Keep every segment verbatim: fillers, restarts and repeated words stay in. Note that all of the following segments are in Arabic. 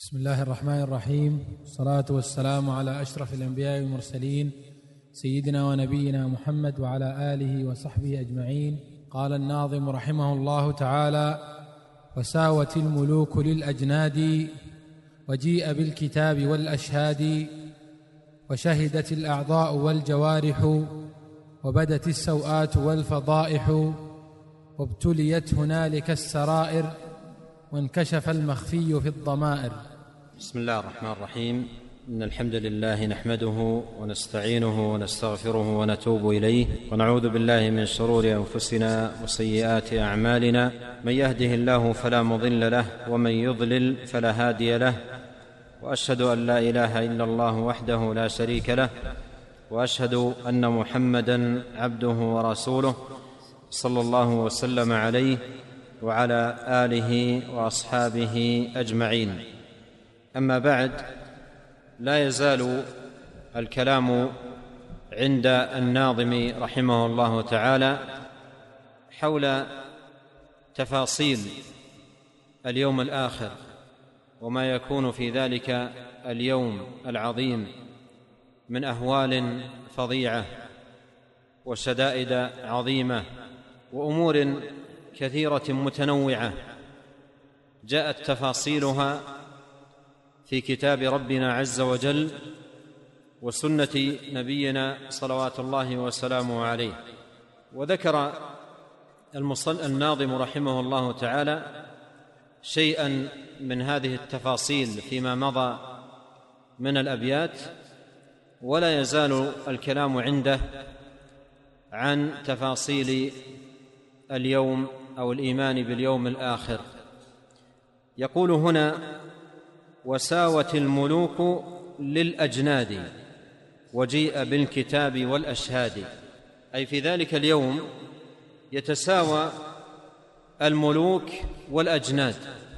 بسم الله الرحمن الرحيم، والصلاة والسلام على أشرف الأنبياء والمرسلين سيدنا ونبينا محمد وعلى آله وصحبه أجمعين. قال الناظم رحمه الله تعالى: وساوت الملوك للأجناد وجيء بالكتاب والأشهاد، وشهدت الأعضاء والجوارح وبدت السوآت والفضائح، وابتليت هنالك السرائر وانكشف المخفي في الضمائر. بسم الله الرحمن الرحيم. إن الحمد لله نحمده ونستعينه ونستغفره ونتوب إليه، ونعوذ بالله من شرور أنفسنا وسيئات أعمالنا. من يهده الله فلا مضل له، ومن يضلل فلا هادي له، وأشهد أن لا إله إلا الله وحده لا شريك له، وأشهد أن محمدًا عبده ورسوله صلى الله وسلم عليه وعلى آله وأصحابه أجمعين. أما بعد، لا يزال الكلام عند الناظم رحمه الله تعالى حول تفاصيل اليوم الآخر وما يكون في ذلك اليوم العظيم من أهوال فظيعة وشدائد عظيمة وأمور كثيرة متنوعة جاءت تفاصيلها في كتاب ربنا عز وجل وسنة نبينا صلوات الله وسلامه عليه. وذكر الناظم رحمه الله تعالى شيئا من هذه التفاصيل فيما مضى من الأبيات، ولا يزال الكلام عنده عن تفاصيل اليوم أو الإيمان باليوم الآخر. يقول هنا: وساوت الملوك للأجناد وجيء بالكتاب والأشهاد، أي في ذلك اليوم يتساوى الملوك والأجناد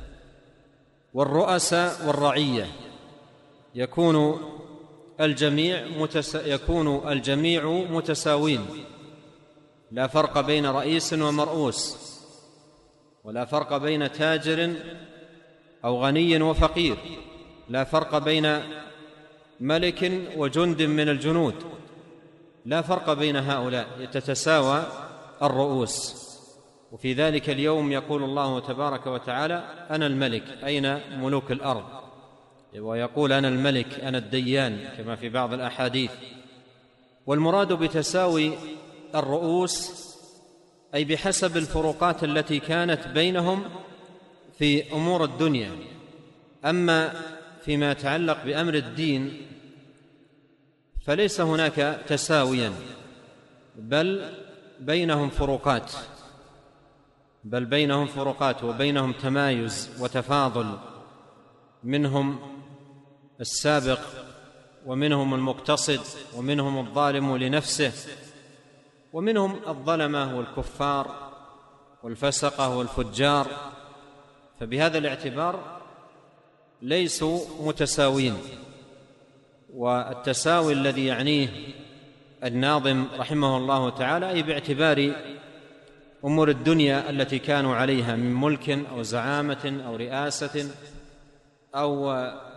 والرؤساء والرعية، يكون الجميع متس... يكون الجميع متساوين، لا فرق بين رئيس ومرؤوس، ولا فرق بين تاجر أو غني وفقير، لا فرق بين ملك وجند من الجنود، لا فرق بين هؤلاء، يتتساوى الرؤوس. وفي ذلك اليوم يقول الله تبارك وتعالى: أنا الملك، أين ملوك الأرض؟ ويقول: أنا الملك، أنا الديان، كما في بعض الأحاديث. والمراد بتساوي الرؤوس أي بحسب الفروقات التي كانت بينهم في أمور الدنيا. أما فيما يتعلق بأمر الدين فليس هناك تساويا، بل بينهم فروقات بل بينهم فروقات وبينهم تمايز وتفاضل، منهم السابق ومنهم المقتصد ومنهم الظالم لنفسه ومنهم الظلمة والكفار والفسقة والفجار. فبهذا الاعتبار ليسوا متساوين. والتساوي الذي يعنيه الناظم رحمه الله تعالى أي باعتبار أمور الدنيا التي كانوا عليها من ملك أو زعامة أو رئاسة أو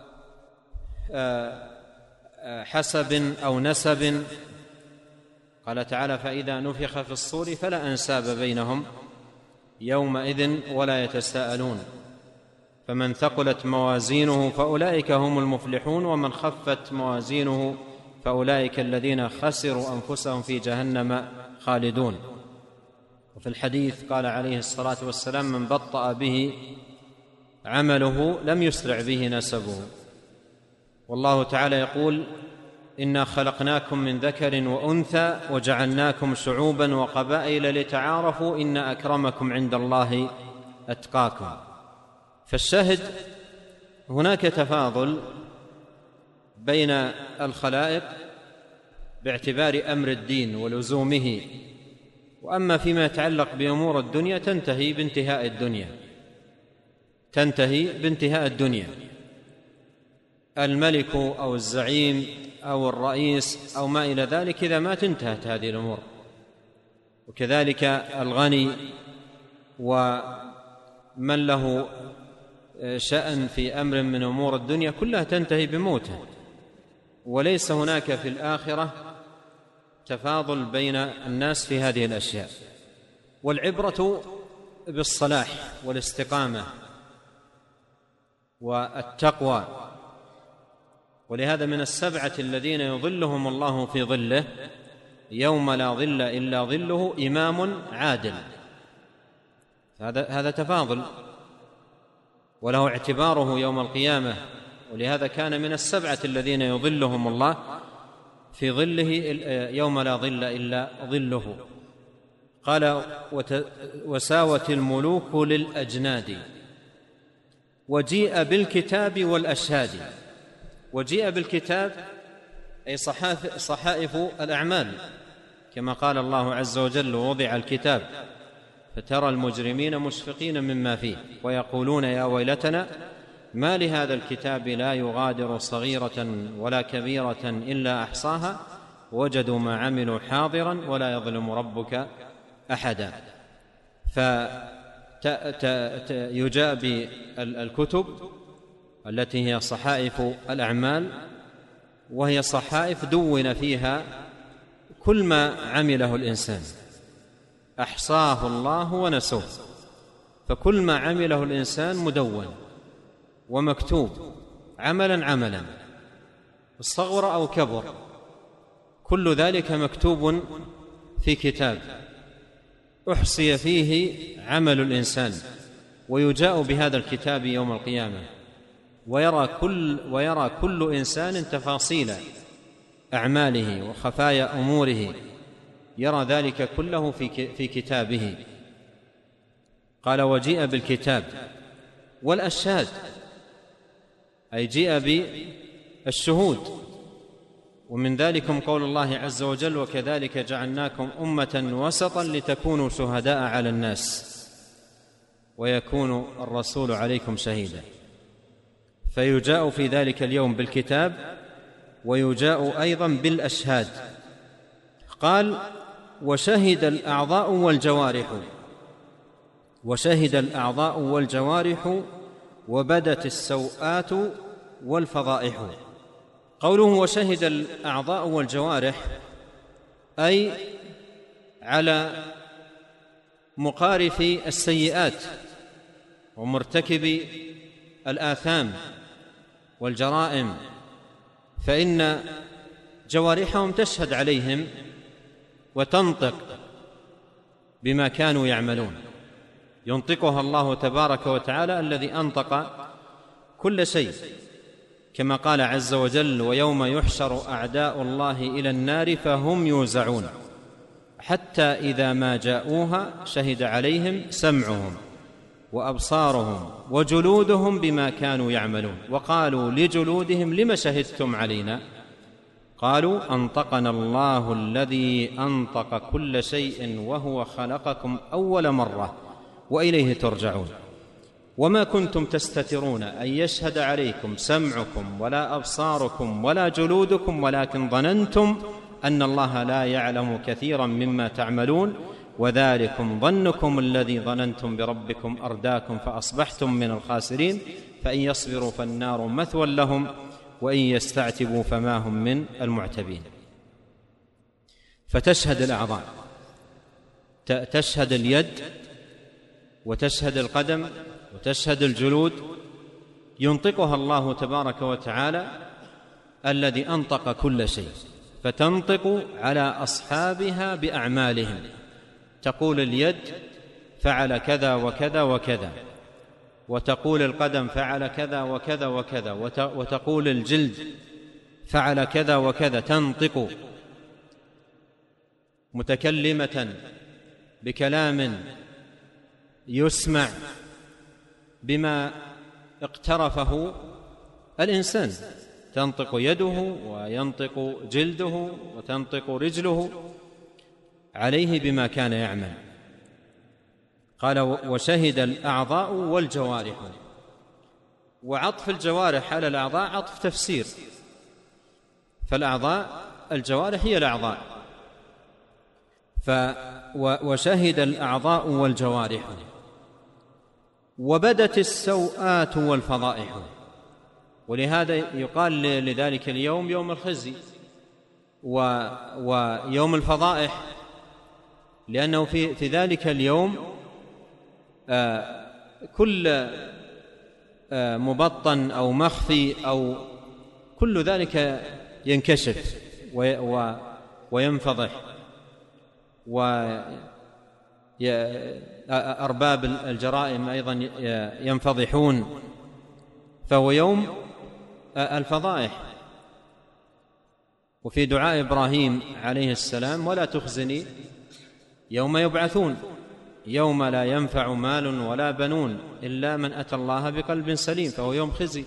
حسب أو نسب. قال تعالى: فإذا نفخ في الصور فلا أنساب بينهم يومئذ ولا يتساءلون، فمن ثقلت موازينه فأولئك هم المفلحون، ومن خفت موازينه فأولئك الذين خسروا أنفسهم في جهنم خالدون. وفي الحديث قال عليه الصلاة والسلام: من بطأ به عمله لم يسرع به نسبه. والله تعالى يقول: إنا خلقناكم من ذكر وأنثى وجعلناكم شعوبا وقبائل لتعارفوا إن أكرمكم عند الله أتقاكم. فالشاهد هناك تفاضل بين الخلائق باعتبار أمر الدين ولزومه. وأما فيما يتعلق بأمور الدنيا تنتهي بانتهاء الدنيا تنتهي بانتهاء الدنيا الملك أو الزعيم أو الرئيس أو ما إلى ذلك إذا ما انتهت هذه الأمور. وكذلك الغني ومن له شأن في أمر من أمور الدنيا كلها تنتهي بموته، وليس هناك في الآخرة تفاضل بين الناس في هذه الأشياء. والعبرة بالصلاح والاستقامة والتقوى. ولهذا من السبعة الذين يظلهم الله في ظله يوم لا ظل إلا ظله إمام عادل. هذا هذا تفاضل وله اعتباره يوم القيامة، ولهذا كان من السبعة الذين يظلهم الله في ظله يوم لا ظل إلا ظله. قال وساوت الملوك للأجناد وجيء بالكتاب والأشهاد. وجيء بالكتاب أي صحائف الأعمال، كما قال الله عز وجل ووضع الكتاب فترى المجرمين مشفقين مما فيه ويقولون يا ويلتنا ما لهذا الكتاب لا يغادر صغيرة ولا كبيرة إلا أحصاها وجدوا ما عملوا حاضرا ولا يظلم ربك أحدا. فيجاء بالكتب التي هي صحائف الأعمال، وهي صحائف دون فيها كل ما عمله الإنسان، أحصاه الله ونسوه، فكل ما عمله الإنسان مدون ومكتوب عملا عملا صغر أو كبر، كل ذلك مكتوب في كتاب أحصي فيه عمل الإنسان، ويجاء بهذا الكتاب يوم القيامة ويرى كل, ويرى كل إنسان تفاصيل أعماله وخفايا أموره، يرى ذلك كله في كتابه. قال وجيء بالكتاب والأشهاد أي جيء بالشهود، ومن ذلكم قول الله عز وجل وكذلك جعلناكم أمة وسطا لتكونوا شهداء على الناس ويكون الرسول عليكم شهيدا. فيجاء في ذلك اليوم بالكتاب ويجاء أيضا بالأشهاد. قال وشهد الأعضاء والجوارح وشهد الأعضاء والجوارح وبدت السوءات والفضائح. قوله وشهد الأعضاء والجوارح أي على مقارف السيئات ومرتكب الآثام والجرائم، فإن جوارحهم تشهد عليهم وتنطق بما كانوا يعملون، ينطقها الله تبارك وتعالى الذي أنطق كل شيء، كما قال عز وجل ويوم يحشر أعداء الله إلى النار فهم يوزعون حتى إذا ما جاءوها شهد عليهم سمعهم وأبصارهم وجلودهم بما كانوا يعملون وقالوا لجلودهم لم شهدتم علينا قالوا أنطقنا الله الذي أنطق كل شيء وهو خلقكم أول مرة وإليه ترجعون وما كنتم تستترون أن يشهد عليكم سمعكم ولا أبصاركم ولا جلودكم ولكن ظننتم أن الله لا يعلم كثيرا مما تعملون وذلكم ظنكم الذي ظننتم بربكم أرداكم فأصبحتم من الخاسرين فإن يصبروا فالنار مثوى لهم وإن يستعتبوا فما هم من المعتبين. فتشهد الأعضاء، تشهد اليد وتشهد القدم وتشهد الجلود، ينطقها الله تبارك وتعالى الذي أنطق كل شيء، فتنطق على أصحابها بأعمالهم، تقول اليد فعل كذا وكذا وكذا، وتقول القدم فعل كذا وكذا وكذا، وتقول الجلد فعل كذا وكذا، تنطق متكلمة بكلام يسمع بما اقترفه الإنسان، تنطق يده وينطق جلده وتنطق رجله عليه بما كان يعمل. قال وشهد الأعضاء والجوارح، وعطف الجوارح على الأعضاء عطف تفسير، فالأعضاء الجوارح هي الأعضاء، ف وشهد الأعضاء والجوارح، وبدت السوءات والفضائح. ولهذا يقال لذلك اليوم يوم الخزي ويوم الفضائح، لأنه في, في ذلك اليوم آه كل آه مبطن أو مخفي أو كل ذلك ينكشف وينفضح، وأرباب الجرائم أيضا ينفضحون، فهو يوم الفضائح. وفي دعاء إبراهيم عليه السلام: ولا تخزني يوم يبعثون يوم لا ينفع مال ولا بنون إلا من أتى الله بقلب سليم، فهو يوم خزي.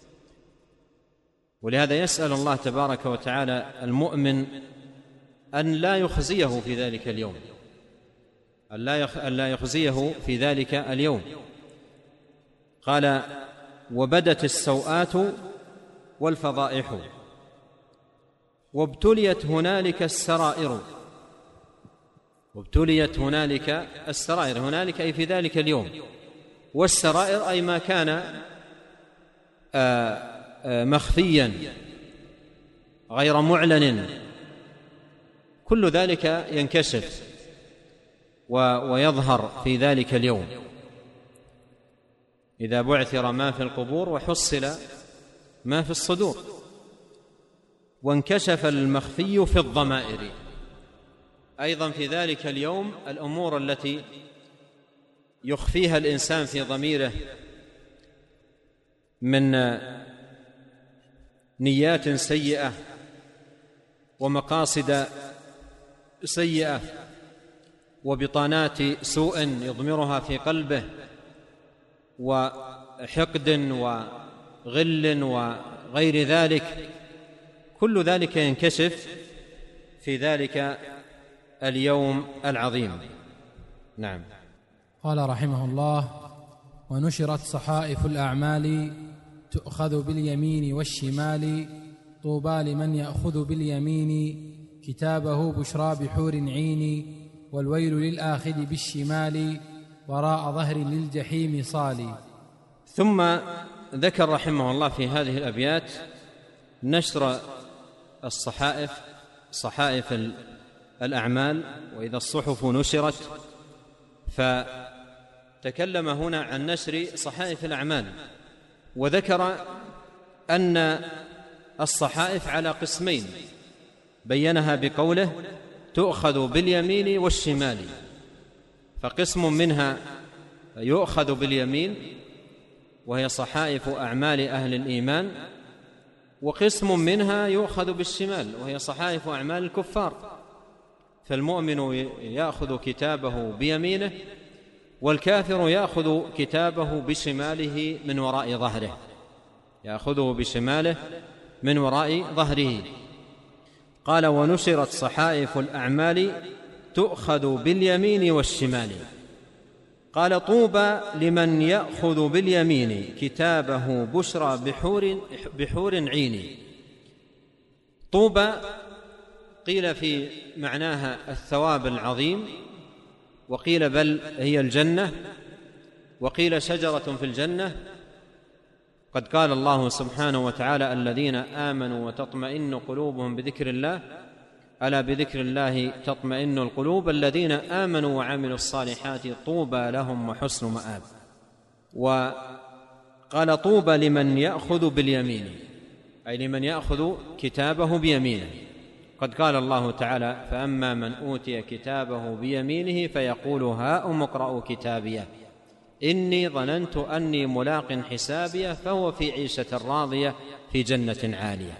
ولهذا يسأل الله تبارك وتعالى المؤمن أن لا يخزيه في ذلك اليوم، أن لا يخزيه في ذلك اليوم. قال: وبدت السوءات والفضائح وابتليت هنالك السرائر. وابتليت هنالك السرائر، هنالك أي في ذلك اليوم، والسرائر أي ما كان مخفيا غير معلن، كل ذلك ينكشف ويظهر في ذلك اليوم، إذا بعثر ما في القبور وحصل ما في الصدور، وانكشف المخفي في الضمائر. أيضا في ذلك اليوم الأمور التي يخفيها الإنسان في ضميره من نيات سيئة ومقاصد سيئة وبطانات سوء يضمرها في قلبه، وحقد وغل وغير ذلك، كل ذلك ينكشف في ذلك اليوم العظيم. نعم. قال رحمه الله: ونشرت صحائف الأعمال تؤخذ باليمين والشمال، طوبى لمن يأخذ باليمين كتابه بشرى بحور عين، والويل للآخذ بالشمال وراء ظهر للجحيم صالي. ثم ذكر رحمه الله في هذه الأبيات نشر الصحائف، صحائف الأعمال، وإذا الصحف نشرت، فتكلم هنا عن نشر صحائف الأعمال، وذكر أن الصحائف على قسمين، بينها بقوله: تؤخذ باليمين والشمال. فقسم منها يؤخذ باليمين وهي صحائف أعمال أهل الإيمان، وقسم منها يؤخذ بالشمال وهي صحائف أعمال الكفار. فالمؤمن يأخذ كتابه بيمينه، والكافر يأخذ كتابه بشماله من وراء ظهره، يأخذه بشماله من وراء ظهره. قال: ونشرت صحائف الأعمال تؤخذ باليمين والشمال. قال: طوبى لمن يأخذ باليمين كتابه بشرى بحور, بحور عين. طوبى قيل في معناها الثواب العظيم، وقيل بل هي الجنة، وقيل شجرة في الجنة. قد قال الله سبحانه وتعالى: الذين آمنوا وتطمئن قلوبهم بذكر الله، ألا بذكر الله تطمئن القلوب، الذين آمنوا وعملوا الصالحات طوبى لهم وحسن مآب. وقال: طوبى لمن يأخذ باليمين، أي لمن يأخذ كتابه بيمينه. قد قال الله تعالى: فأما من أوتي كتابه بيمينه فيقول هاؤم اقرءوا كتابيه إني ظننت أني ملاق حسابيه فهو في عيشة راضية في جنة عالية.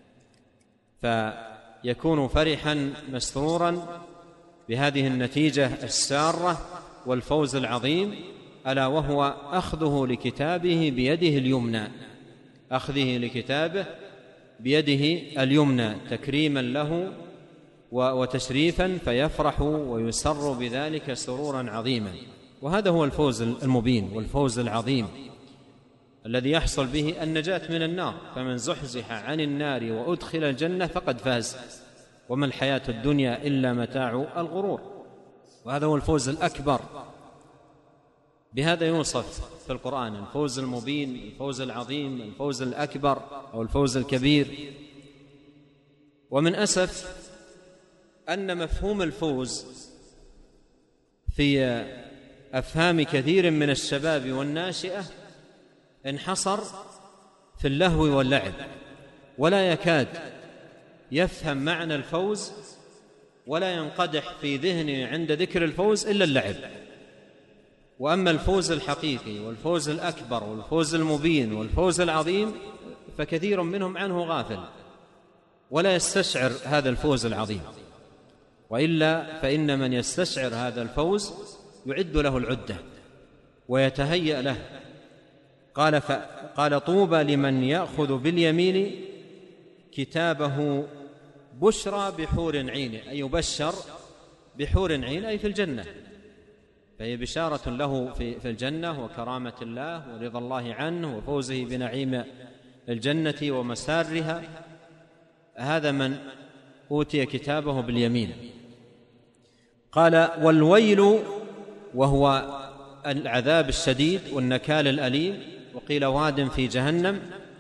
فيكون فرحا مسرورا بهذه النتيجة السارة والفوز العظيم، ألا وهو أخذه لكتابه بيده اليمنى، أخذه لكتابه بيده اليمنى تكريما له وتشريفا، فيفرح ويسر بذلك سرورا عظيما. وهذا هو الفوز المبين والفوز العظيم الذي يحصل به النجاة من النار. فمن زحزح عن النار وأدخل الجنة فقد فاز، وما الحياة الدنيا إلا متاع الغرور. وهذا هو الفوز الأكبر. وهذا هو الفوز المبين والفوز العظيم الذي يحصل به النجاة من النار. فمن زحزح عن النار وأدخل الجنة فقد فاز، وما الحياة الدنيا إلا متاع الغرور. وهذا هو الفوز الأكبر بهذا يوصف في القرآن: الفوز المبين، الفوز العظيم، الفوز الأكبر أو الفوز الكبير. ومن أسف أن مفهوم الفوز في أفهام كثير من الشباب والناشئة انحصر في اللهو واللعب، ولا يكاد يفهم معنى الفوز ولا ينقدح في ذهنه عند ذكر الفوز إلا اللعب. وأما الفوز الحقيقي والفوز الأكبر والفوز المبين والفوز العظيم فكثير منهم عنه غافل ولا يستشعر هذا الفوز العظيم، وإلا فإن من يستشعر هذا الفوز يعد له العدة ويتهيأ له. قال, قال: طوبى لمن يأخذ باليمين كتابه بشرى بحور عين، أي يبشر بحور عين أي في الجنة، فهي بشارة له في الجنة وكرامة الله ورضا الله عنه وفوزه بنعيم الجنة ومسارها. هذا من أوتي كتابه باليمين. قال: والويل وهو العذاب الشديد والنكال الأليم، وقيل واد في جهنم،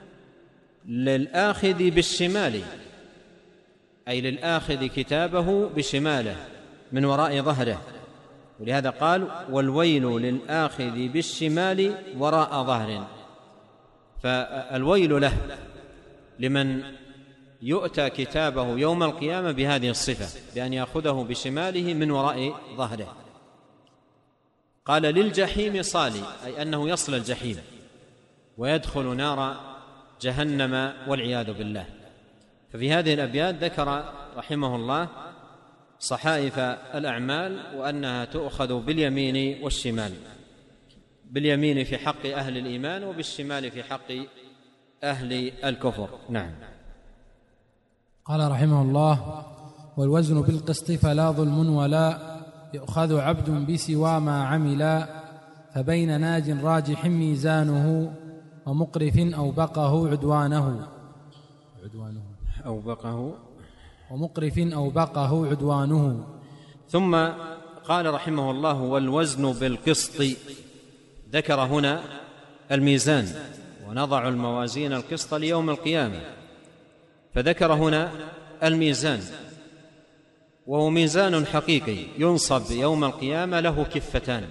للآخذ بالشمال، أي للآخذ كتابه بشماله من وراء ظهره، ولهذا قال: والويل للآخذ بالشمال وراء ظهره. فالويل له لمن يؤتى كتابه يوم القيامة بهذه الصفة، بأن يأخذه بشماله من وراء ظهره. قال: للجحيم صالي، أي أنه يصل الجحيم ويدخل نار جهنم والعياذ بالله. ففي هذه الأبيات ذكر رحمه الله صحائف الأعمال وأنها تؤخذ باليمين والشمال، باليمين في حق أهل الإيمان وبالشمال في حق أهل الكفر. نعم. قال رحمه الله: والوزن بالقسط فلا ظلم ولا يؤخذ عبد بسوى ما عملا، فبين ناج راجح ميزانه ومقرف أوبقه عدوانه عدوانه أوبقه ومقرف أوبقه عدوانه. ثم قال رحمه الله: والوزن بالقسط، ذكر هنا الميزان، ونضع الموازين القسط ليوم القيامة، فذكر هنا الميزان، وهو ميزان حقيقي ينصب يوم القيامة، له كفتان،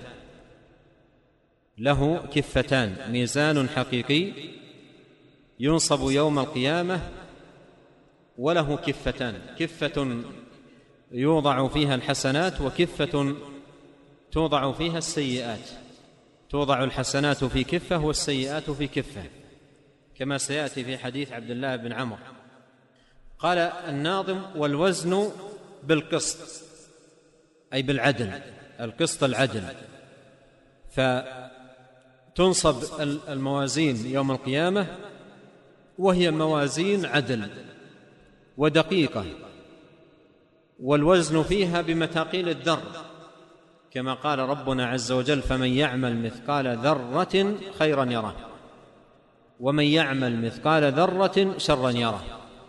له كفتان، ميزان حقيقي ينصب يوم القيامة وله كفتان، كفة يوضع فيها الحسنات وكفة توضع فيها السيئات، توضع الحسنات في كفة والسيئات في كفة، كما سيأتي في حديث عبد الله بن عمرو. قال الناظم: والوزن بالقسط، أي بالعدل، القسط العدل، فتنصب الموازين يوم القيامة وهي موازين عدل ودقيقة، والوزن فيها بمثاقيل الذر، كما قال ربنا عز وجل: فمن يعمل مثقال ذرة خيرا يره ومن يعمل مثقال ذرة شرا يره.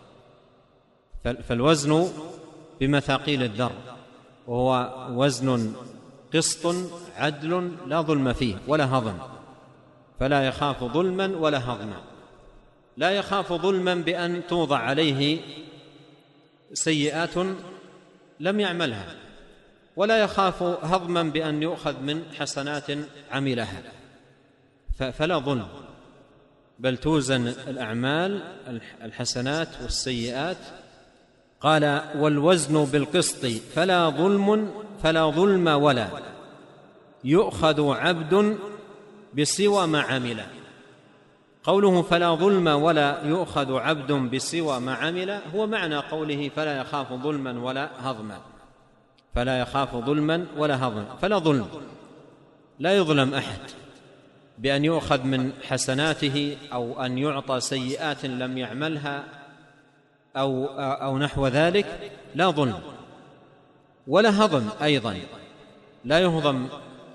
فالوزن بمثاقيل الذر، وهو وزن قسط عدل لا ظلم فيه ولا هضم، فلا يخاف ظلما ولا هضما. لا يخاف ظلما بأن توضع عليه سيئات لم يعملها، ولا يخاف هضما بأن يؤخذ من حسنات عملها، فلا ظلم، بل توزن الأعمال الحسنات والسيئات. قال: والوزن بالقسط فلا ظلم فلا ظلم ولا يؤخذ عبد بسوى ما عمل. قوله فلا ظلم ولا يؤخذ عبد بسوى ما عمل هو معنى قوله فلا يخاف ظلما ولا هضما، فلا يخاف ظلما ولا هضما، فلا ظلم، لا يظلم أحد بأن يؤخذ من حسناته أو أن يعطى سيئات لم يعملها أو, أو نحو ذلك، لا ظلم. ولا هضم أيضا، لا يهضم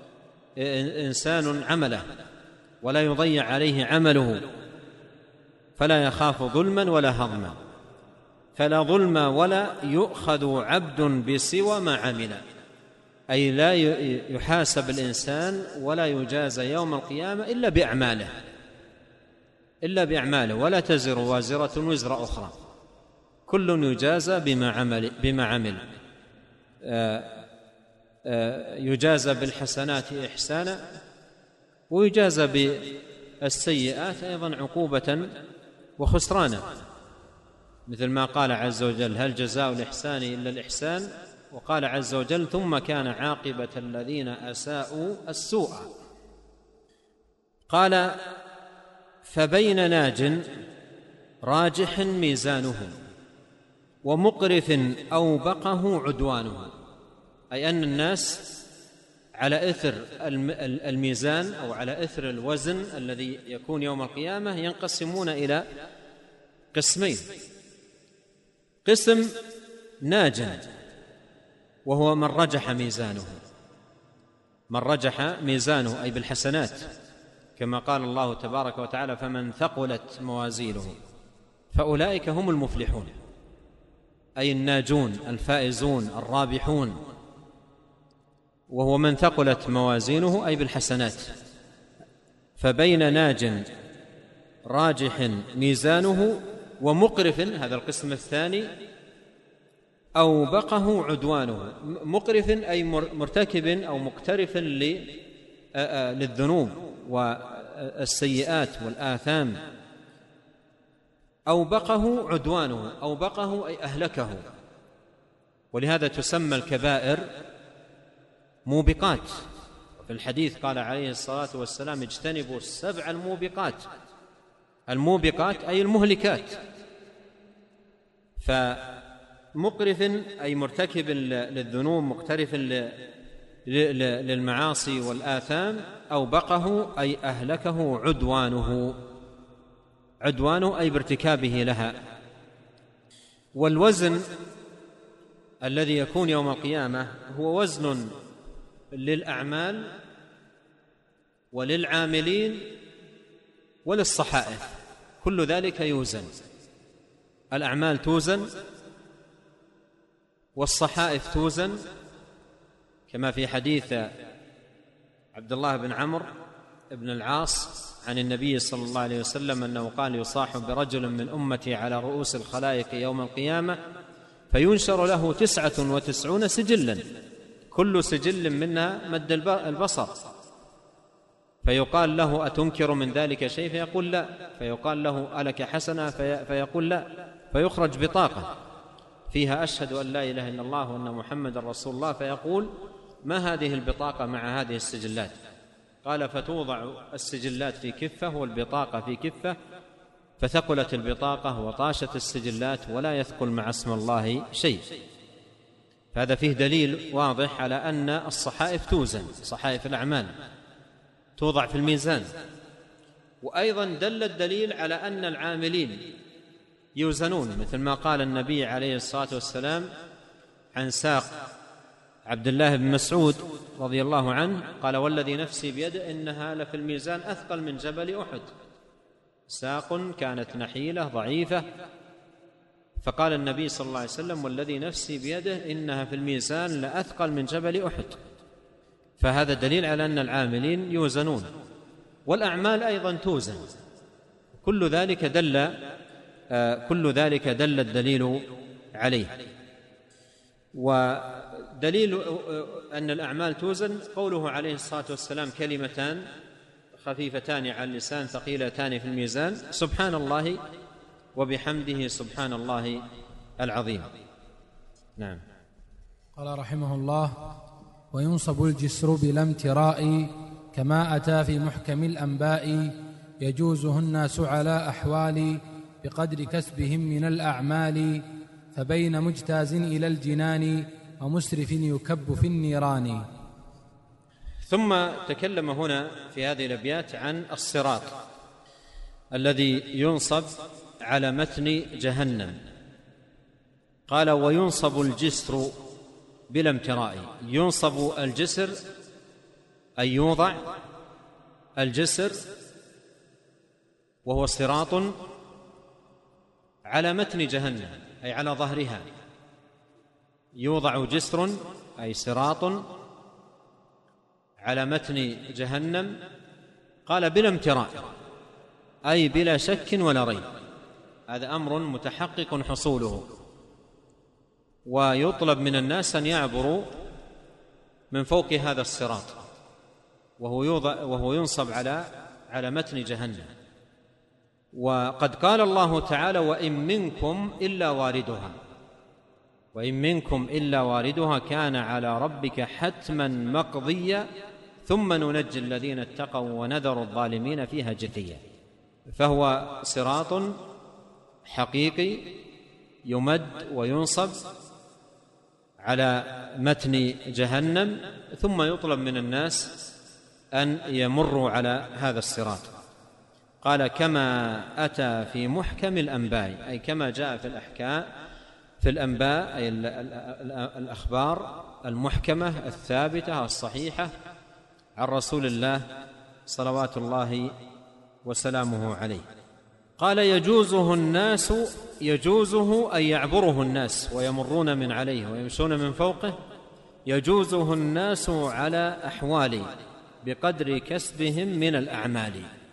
إنسان عمله ولا يضيع عليه عمله، فلا يخاف ظلما ولا هضما. فلا ظلم ولا يؤخذ عبد بسوى ما عمل، أي لا يحاسب الإنسان ولا يجازى يوم القيامة إلا بأعماله إلا بأعماله ولا تزر وازرة وزر أخرى، كل يجازى بما عمل, بما عمل. يجازى بالحسنات إحسانا ويجازى بالسيئات أيضا عقوبة وخسرانا، مثل ما قال عز وجل: هل جزاء الإحسان إلا الإحسان؟ وقال عز وجل: ثم كان عاقبة الذين أساءوا السوء. قال: فبين ناج راجح ميزانه ومقرف أوبقه عدوانه، أي أن الناس على إثر الميزان أو على إثر الوزن الذي يكون يوم القيامة ينقسمون إلى قسمين: قسم ناج وهو من رجح ميزانه، من رجح ميزانه أي بالحسنات، كما قال الله تبارك وتعالى: فمن ثقلت موازينه فأولئك هم المفلحون، أي الناجون الفائزون الرابحون، وهو من ثقلت موازينه أي بالحسنات. فبين ناج راجح ميزانه ومقرف، هذا القسم الثاني، أوبقه عدوانه. مقرف أي مرتكب أو مقترف للذنوب والسيئات والآثام. أوبقه عدوانه، أوبقه أي أهلكه، ولهذا تسمى الكبائر موبقات. في الحديث قال عليه الصلاة والسلام: اجتنبوا السبع الموبقات. الموبقات أي المهلكات. فمقرف أي مرتكب للذنوب مقترف للمعاصي والآثام. أوبقه أي أهلكه عدوانه، عدوانه أي بارتكابه لها. والوزن الذي يكون يوم القيامة هو وزن للأعمال وللعاملين وللصحائف، كل ذلك يوزن. الأعمال توزن والصحائف توزن، كما في حديث عبد الله بن عمرو بن العاص عن النبي صلى الله عليه وسلم أنه قال: يصاح برجل من أمتي على رؤوس الخلائق يوم القيامة فينشر له تسعة وتسعون سجلا، كل سجل منها مد البصر، فيقال له: أتنكر من ذلك شيء؟ فيقول: لا. فيقال له: ألك حسنة؟ فيقول: لا. فيخرج بطاقة فيها: أشهد أن لا إله إلا الله وأن محمد رسول الله. فيقول: ما هذه البطاقة مع هذه السجلات؟ قال: فتوضع السجلات في كفة والبطاقة في كفة، فثقلت البطاقة وطاشت السجلات ولا يثقل مع اسم الله شيء. فهذا فيه دليل واضح على أن الصحائف توزن، صحائف الأعمال توضع في الميزان. وأيضا دل الدليل على أن العاملين يوزنون، مثل ما قال النبي عليه الصلاة والسلام عن ساق عبد الله بن مسعود رضي الله عنه قال: والذي نفسي بيده إنها لفي الميزان أثقل من جبل أحد. ساق كانت نحيلة ضعيفة، فقال النبي صلى الله عليه وسلم: والذي نفسي بيده إنها في الميزان لأثقل من جبل أحد. فهذا دليل على أن العاملين يوزنون، والأعمال أيضا توزن. كل ذلك دل كل ذلك دل الدليل عليه. ودليل أن الأعمال توزن قوله عليه الصلاة والسلام: كلمتان خفيفتان على اللسان ثقيلتان في الميزان، سبحان الله وبحمده سبحان الله العظيم. نعم. قال رحمه الله: وينصب الجسر بلا امتراء كما أتى في محكم الأنباء، يجوزه الناس على أحوال بقدر كسبهم من الأعمال، فبين مجتاز إلى الجنان ومسرف يكب في النيران. ثم تكلم هنا في هذه الأبيات عن الصراط الذي ينصب على متن جهنم. قال: وينصب الجسر بلا امتراء. ينصب الجسر أي يوضع الجسر وهو صراط على متن جهنم، أي على ظهرها. يوضع جسر أي صراط على متن جهنم؟ قال بلا امتراء، أي بلا شك ولا ريب، هذا أمر متحقق حصوله، ويطلب من الناس أن يعبروا من فوق هذا الصراط وهو يوضع وهو ينصب على على متن جهنم. وقد قال الله تعالى: وإن منكم إلا واردها، وإن منكم إلا واردها كان على ربك حتما مقضيا ثم ننجي الذين اتقوا ونذر الظالمين فيها جثيا. فهو صراط حقيقي يمد وينصب على متن جهنم، ثم يطلب من الناس أن يمروا على هذا الصراط. قال: كما أتى في محكم الأنباء، أي كما جاء في الأحكام في الأنباء، أي الأخبار المحكمة الثابتة الصحيحة عن رسول الله صلوات الله وسلامه عليه. قال: يجوزه الناس، يجوزه أي يعبره الناس ويمرون من عليه ويمشون من فوقه، يجوزه الناس على أحوال بقدر كسبهم من الأعمال.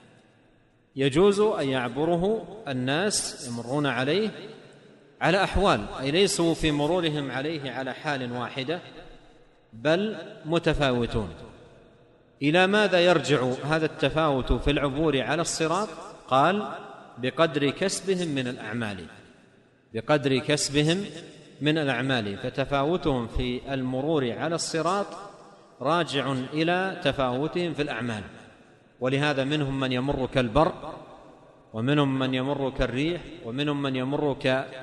يجوز أن يعبره الناس يمرون عليه على أحوال، أي ليسوا في مرورهم عليه على حال واحدة بل متفاوتون. إلى ماذا يرجع هذا التفاوت في العبور على الصراط؟ قال: بقدر كسبهم من الأعمال، بقدر كسبهم من الأعمال، فتفاوتهم في المرور على الصراط راجع إلى تفاوتهم في الأعمال. ولهذا منهم من يمر كالبرق، ومنهم من يمر كالريح، ومنهم من يمر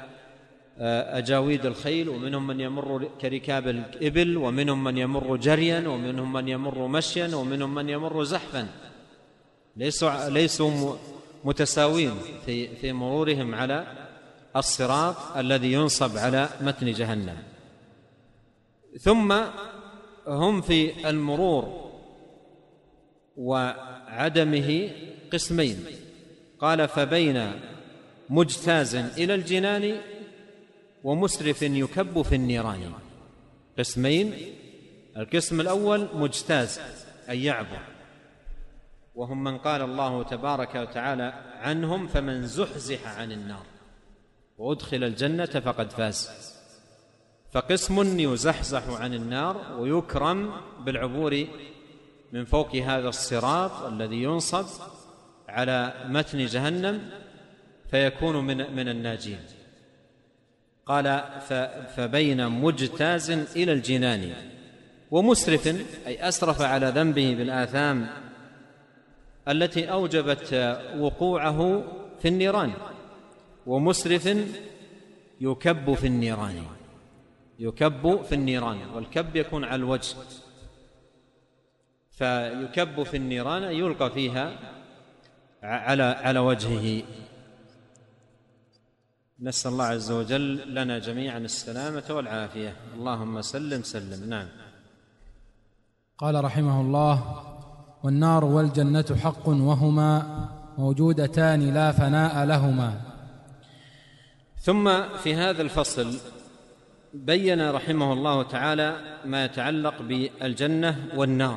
كأجاويد الخيل، ومنهم من يمر كركاب الإبل، ومنهم من يمر جريا، ومنهم من يمر مشيا، ومنهم من يمر زحفا. ليسوا ليسوا متساوين في في مرورهم على الصراط الذي ينصب على متن جهنم. ثم هم في المرور وعدمه قسمين. قال: فبين مجتاز إلى الجنان ومسرف يكب في النيران. قسمين: القسم الأول مجتاز أي يعبر، وهم من قال الله تبارك وتعالى عنهم: فمن زحزح عن النار وأدخل الجنة فقد فاز. فقسم يزحزح عن النار ويكرم بالعبور من فوق هذا الصراط الذي ينصب على متن جهنم فيكون من من الناجين. قال: فبين مجتاز إلى الجنان ومسرف أي أسرف على ذنبه بالآثام التي أوجبت وقوعه في النيران، ومسرف يكب في النيران، يكب في النيران، والكب يكون على الوجه، فيكب في النيران يلقى فيها على على وجهه. نسأل الله عز وجل لنا جميعا السلامة والعافية، اللهم سلم سلم. نعم. قال رحمه الله: والنار والجنة حق وهما موجودتان لا فناء لهما. ثم في هذا الفصل بين رحمه الله تعالى ما يتعلق بالجنة والنار،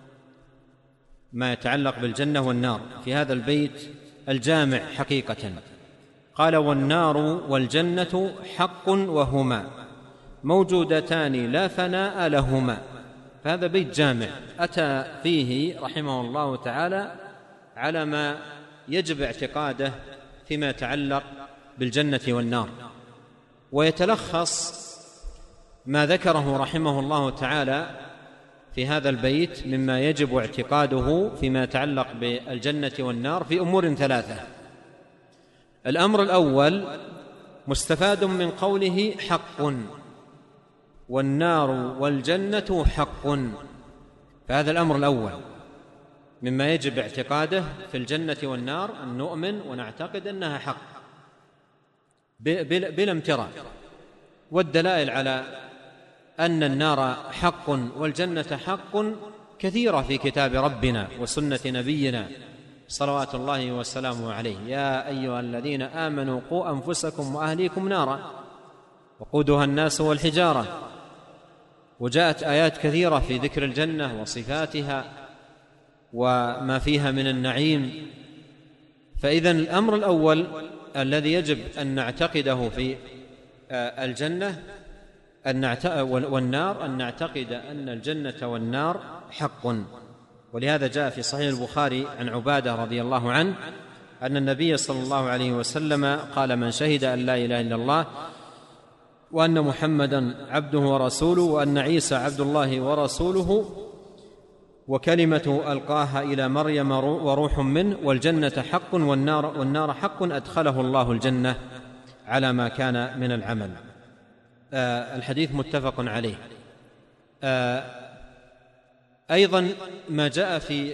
ما يتعلق بالجنة والنار في هذا البيت الجامع حقيقة. قال: والنار والجنة حق وهما موجودتان لا فناء لهما. فهذا بيت جامع أتى فيه رحمه الله تعالى على ما يجب اعتقاده فيما يتعلق بالجنة والنار، ويتلخص ما ذكره رحمه الله تعالى في هذا البيت مما يجب اعتقاده فيما يتعلق بالجنة والنار في أمور ثلاثة. الأمر الأول مستفاد من قوله حق، والنار والجنة حق، فهذا الأمر الأول مما يجب اعتقاده في الجنة والنار، أن نؤمن ونعتقد أنها حق بلا امتراء. والدلائل على أن النار حق والجنة حق كثيرة في كتاب ربنا وسنة نبينا صلوات الله وسلامه عليه: يا أيها الذين آمنوا قوا أنفسكم وأهليكم نارا وقودها الناس والحجارة وجاءت آيات كثيرة في ذكر الجنة وصفاتها وما فيها من النعيم. فإذن الأمر الأول الذي يجب أن نعتقده في الجنة والنار أن نعتقد أن الجنة والنار حق. ولهذا جاء في صحيح البخاري عن عبادة رضي الله عنه أن النبي صلى الله عليه وسلم قال: من شهد أن لا إله إلا الله وأن محمدا عبده ورسوله وأن عيسى عبد الله ورسوله وكلمة ألقاها إلى مريم وروح منه والجنة حق والنار, والنار حق أدخله الله الجنة على ما كان من العمل. آه الحديث متفق عليه. آه أيضا ما جاء في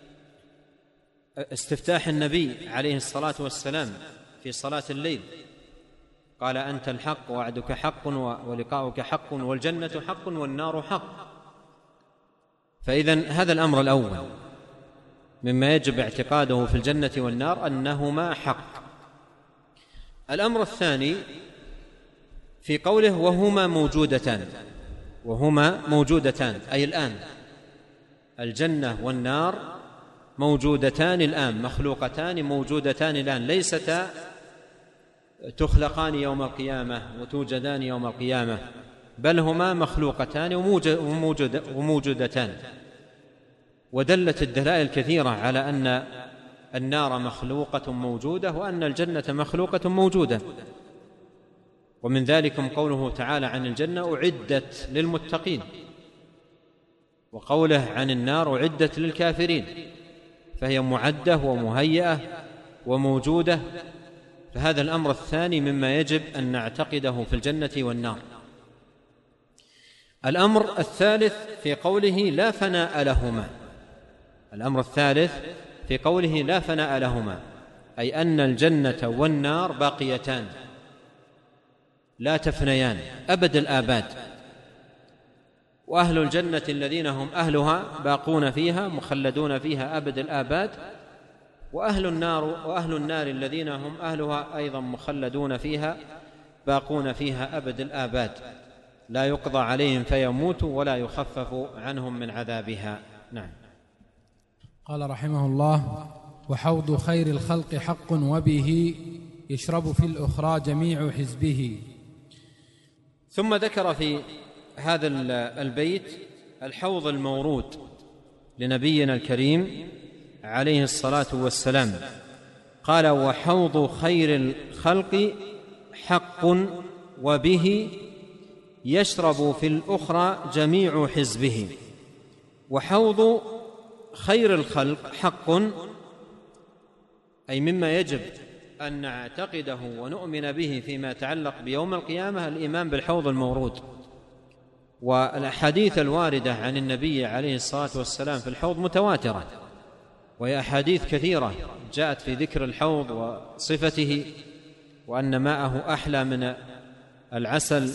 استفتاح النبي عليه الصلاة والسلام في صلاة الليل، قال: أنت الحق ووعدك حق ولقاؤك حق والجنة حق والنار حق. فإذن هذا الأمر الأول مما يجب اعتقاده في الجنة والنار أنهما حق. الأمر الثاني في قوله: وهما موجودتان، وهما موجودتان أي الآن، الجنة والنار موجودتان الآن، مخلوقتان موجودتان الآن، ليستا تخلقان يوم القيامة وتوجدان يوم القيامة، بل هما مخلوقتان وموجودتان. ودلت الدلائل كثيرة على أن النار مخلوقة موجودة وأن الجنة مخلوقة موجودة. ومن ذلكم قوله تعالى عن الجنة: أعدت للمتقين، وقوله عن النار: أعدت للكافرين، فهي معدة ومهيئة وموجودة. فهذا الأمر الثاني مما يجب أن نعتقده في الجنة والنار. الأمر الثالث في قوله: لا فناء لهما، الأمر الثالث في قوله: لا فناء لهما، أي أن الجنة والنار باقيتان لا تفنيان أبد الآباد، وأهل الجنة الذين هم أهلها باقون فيها مخلدون فيها أبد الآباد، وأهل النار وأهل النار الذين هم أهلها أيضا مخلدون فيها باقون فيها أبد الآباد، لا يقضى عليهم فيموتوا ولا يخفف عنهم من عذابها. نعم. قال رحمه الله: وحوض خير الخلق حق وبه يشرب في الأخرى جميع حزبه. ثم ذكر في هذا البيت الحوض المورود لنبينا الكريم عليه الصلاة والسلام. قال: وحوض خير الخلق حق وبه يشرب في الأخرى جميع حزبه. وحوض خير الخلق حق، أي مما يجب أن نعتقده ونؤمن به فيما يتعلق بيوم القيامة الإيمان بالحوض المورود. والأحاديث الواردة عن النبي عليه الصلاة والسلام في الحوض متواترة، وهي أحاديث كثيرة جاءت في ذكر الحوض وصفته، وأن ماءه أحلى من العسل،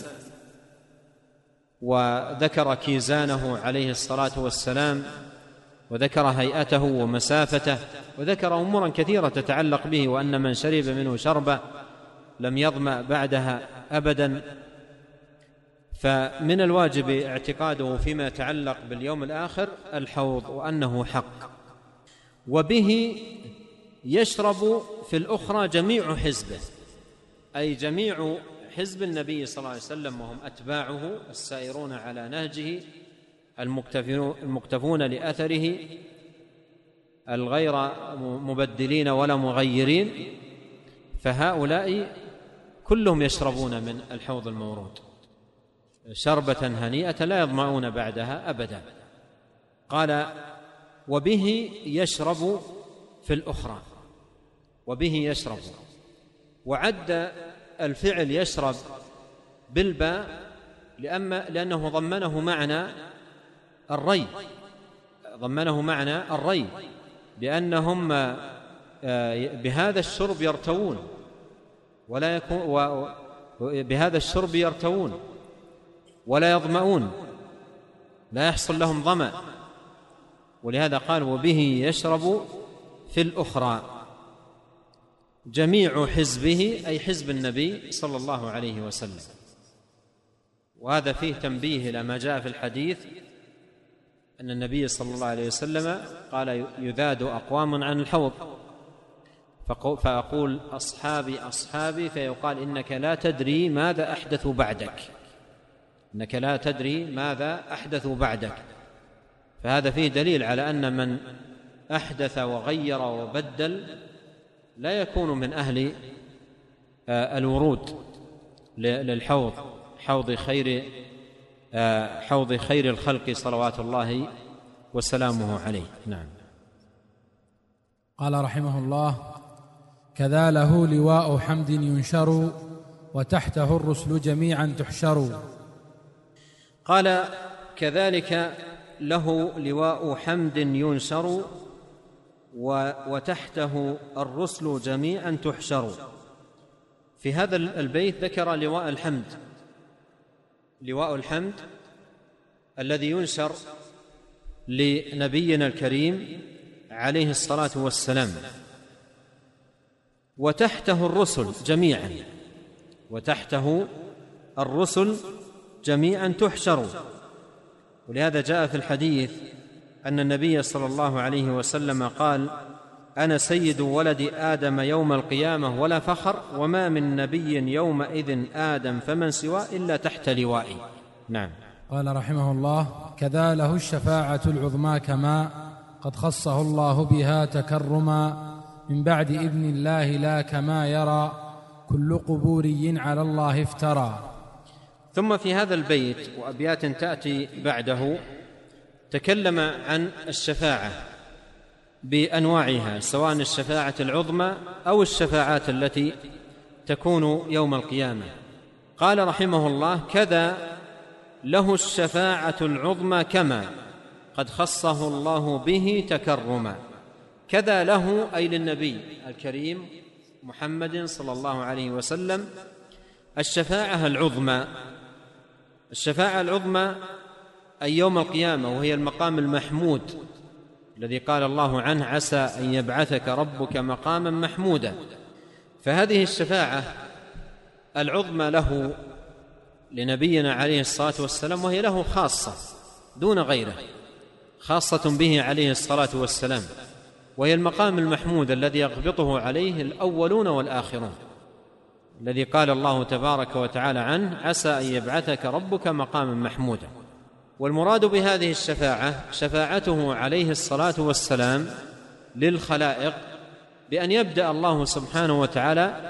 وذكر كيزانه عليه الصلاة والسلام، وذكر هيئته ومسافته، وذكر أمورا كثيرة تتعلق به، وأن من شرب منه شربة لم يظمأ بعدها أبدا. فمن الواجب اعتقاده فيما يتعلق باليوم الآخر الحوض وأنه حق. وبه يشرب في الأخرى جميع حزبه، أي جميع حزب النبي صلى الله عليه وسلم، وهم أتباعه السائرون على نهجه المقتفون لأثره الغير مبدلين ولا مغيرين. فهؤلاء كلهم يشربون من الحوض المورود شربة هنيئة لا يظمأون بعدها أبدا. قال: وبه يشرب في الأخرى، وبه يشرب، وعد الفعل يشرب بالباء لأنه ضمنه معنى الري، ضمنه معنى الري، لأنهم بهذا الشرب يرتوون ولا يكون بهذا الشرب يرتوون ولا يظمؤون، لا يحصل لهم ظمأ. ولهذا قال: وبه يشرب في الأخرى جميع حزبه، أي حزب النبي صلى الله عليه وسلم. وهذا فيه تنبيه إلى ما جاء في الحديث أن النبي صلى الله عليه وسلم قال يذاد أقوام عن الحوض، فأقول أصحابي أصحابي، فيقال إنك لا تدري ماذا أحدث بعدك، إنك لا تدري ماذا أحدث بعدك. فهذا فيه دليل على أن من أحدث وغير وبدل لا يكون من أهل الورود للحوض، حوض خير حوض خير الخلق صلوات الله وسلامه عليه. نعم. قال رحمه الله: كذا له لواء حمد ينشر، وتحته الرسل جميعا تحشر. قال: كذلك له لواء حمد ينشر، وتحته الرسل جميعا تحشر. في هذا البيت ذكر لواء الحمد، لواء الحمد الذي ينشر لنبينا الكريم عليه الصلاة والسلام، وتحته الرسل جميعا، وتحته الرسل جميعا تحشر. ولهذا جاء في الحديث أن النبي صلى الله عليه وسلم قال: أنا سيد ولد آدم يوم القيامة ولا فخر، وما من نبي يومئذ آدم فمن سواه إلا تحت لوائي. نعم. قال رحمه الله: كذا له الشفاعة العظمى كما قد خصه الله بها تكرما، من بعد إذن الله لا كما يرى كل قبوري على الله افترى. ثم في هذا البيت وأبيات تأتي بعده تكلم عن الشفاعة بأنواعها، سواء الشفاعة العظمى أو الشفاعات التي تكون يوم القيامة. قال رحمه الله: كذا له الشفاعة العظمى كما قد خصه الله به تكرما. كذا له أي للنبي الكريم محمد صلى الله عليه وسلم الشفاعة العظمى. الشفاعة العظمى أي يوم القيامة، وهي المقام المحمود الذي قال الله عنه: عسى أن يبعثك ربك مقاما محمودا. فهذه الشفاعة العظمى له لنبينا عليه الصلاة والسلام، وهي له خاصة دون غيره، خاصة به عليه الصلاة والسلام، وهي المقام المحمود الذي يغبطه عليه الأولون والآخرون، الذي قال الله تبارك وتعالى عنه: عسى أن يبعثك ربك مقاما محمودا. والمراد بهذه الشفاعة شفاعته عليه الصلاة والسلام للخلائق، بأن يبدأ الله سبحانه وتعالى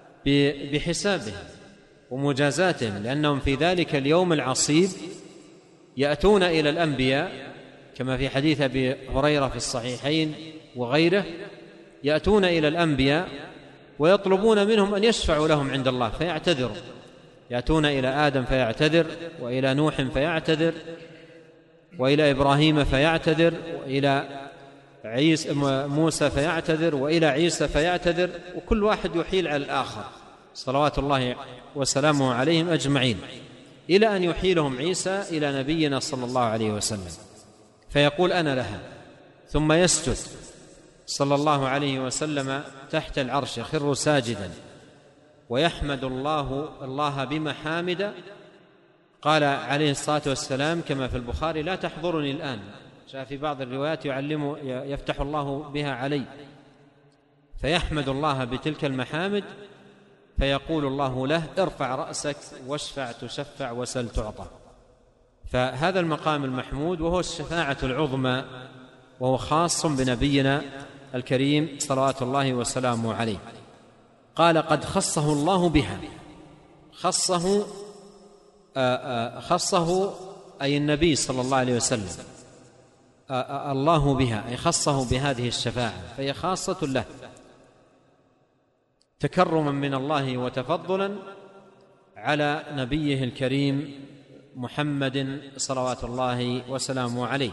بحسابه ومجازاتهم، لأنهم في ذلك اليوم العصيب يأتون إلى الأنبياء كما في حديث أبي هريرة في الصحيحين وغيره، يأتون إلى الأنبياء ويطلبون منهم أن يشفعوا لهم عند الله فيعتذروا، يأتون إلى آدم فيعتذر، وإلى نوح فيعتذر، وإلى إبراهيم فيعتذر، وإلى عيسى موسى فيعتذر، وإلى عيسى فيعتذر، وكل واحد يحيل على الآخر صلوات الله وسلامه عليهم أجمعين، إلى أن يحيلهم عيسى إلى نبينا صلى الله عليه وسلم فيقول: أنا لها، ثم يسجد صلى الله عليه وسلم تحت العرش، يخر ساجدا ويحمد الله الله بمحامد. قال عليه الصلاة والسلام كما في البخاري: لا تحضرني الآن. جاء في بعض الروايات يعلم يفتح الله بها علي، فيحمد الله بتلك المحامد، فيقول الله له: ارفع رأسك واشفع تشفع وسل تعطى. فهذا المقام المحمود وهو الشفاعة العظمى، وهو خاص بنبينا الكريم صلوات الله وسلامه عليه. قال: قد خصه الله بها. خصه خصه أي النبي صلى الله عليه وسلم الله بها، أي خصه بهذه الشفاعة، فهي خاصة له تكرما من الله وتفضلا على نبيه الكريم محمد صلوات الله وسلامه عليه.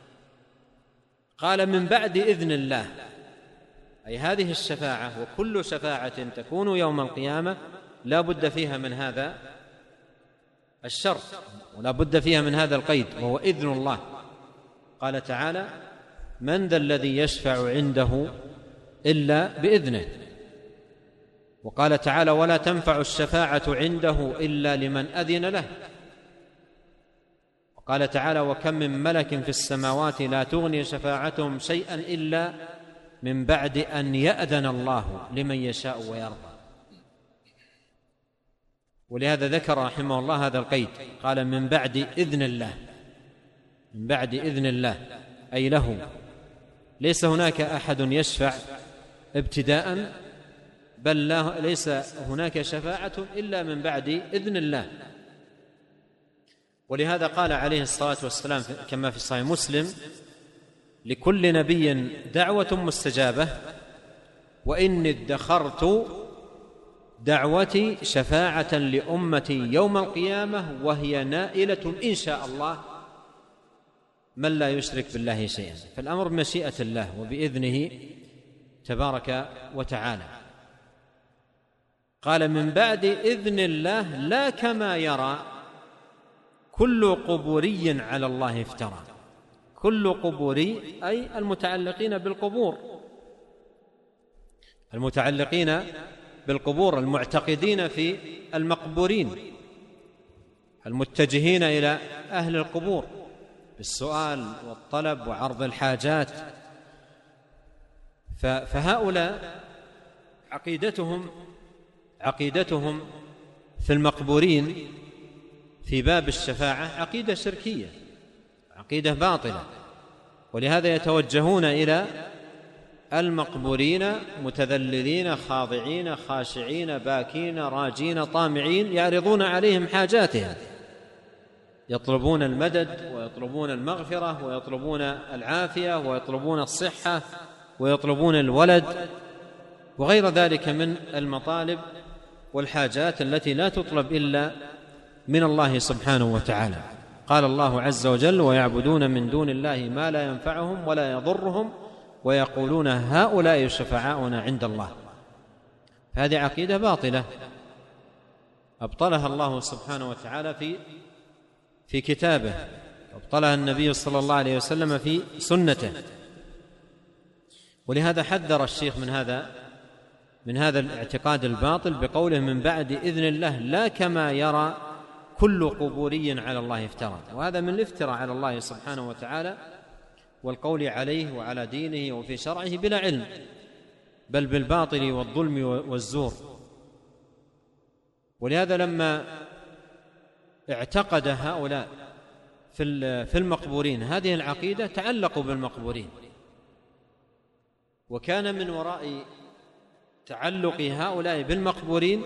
قال: من بعد إذن الله، أي هذه الشفاعة وكل شفاعة تكون يوم القيامة لا بد فيها من هذا الشرط، ولا بد فيها من هذا القيد، وهو إذن الله. قال تعالى: من ذا الذي يشفع عنده إلا بإذنه. وقال تعالى: ولا تنفع الشفاعة عنده إلا لمن أذن له. قال تعالى: وكم من ملك في السماوات لا تغني شفاعتهم شيئا إلا من بعد أن يأذن الله لمن يشاء ويرضى. ولهذا ذكر رحمه الله هذا القيد، قال: من بعد إذن الله، من بعد إذن الله أي له، ليس هناك أحد يشفع ابتداء، بل لا ليس هناك شفاعة إلا من بعد إذن الله. ولهذا قال عليه الصلاة والسلام كما في صحيح مسلم: لكل نبي دعوة مستجابة، وإني ادخرت دعوتي شفاعة لأمتي يوم القيامة وهي نائلة إن شاء الله من لا يشرك بالله شيئا. فالأمر بمشيئة الله وبإذنه تبارك وتعالى. قال: من بعد إذن الله، لا كما يرى كل قبوري على الله افترى. كل قبوري أي المتعلقين بالقبور، المتعلقين بالقبور، المعتقدين في المقبورين، المتجهين إلى أهل القبور بالسؤال والطلب وعرض الحاجات. فهؤلاء عقيدتهم عقيدتهم في المقبورين في باب الشفاعة عقيدة شركية، عقيدة باطلة. ولهذا يتوجهون إلى المقبورين متذللين خاضعين خاشعين باكين راجين طامعين، يعرضون عليهم حاجاتهم، يطلبون المدد ويطلبون المغفرة ويطلبون العافية ويطلبون الصحة ويطلبون الولد وغير ذلك من المطالب والحاجات التي لا تطلب إلا من الله سبحانه وتعالى. قال الله عز وجل: ويعبدون من دون الله ما لا ينفعهم ولا يضرهم ويقولون هؤلاء شفعاؤنا عند الله. هذه عقيدة باطلة أبطلها الله سبحانه وتعالى في في كتابه، أبطلها النبي صلى الله عليه وسلم في سنته. ولهذا حذر الشيخ من هذا من هذا الاعتقاد الباطل بقوله: من بعد إذن الله، لا كما يرى كل قبوري على الله افترى. وهذا من الافتراء على الله سبحانه وتعالى والقول عليه وعلى دينه وفي شرعه بلا علم، بل بالباطل والظلم والزور. ولهذا لما اعتقد هؤلاء في المقبورين هذه العقيدة تعلقوا بالمقبورين، وكان من وراء تعلق هؤلاء بالمقبورين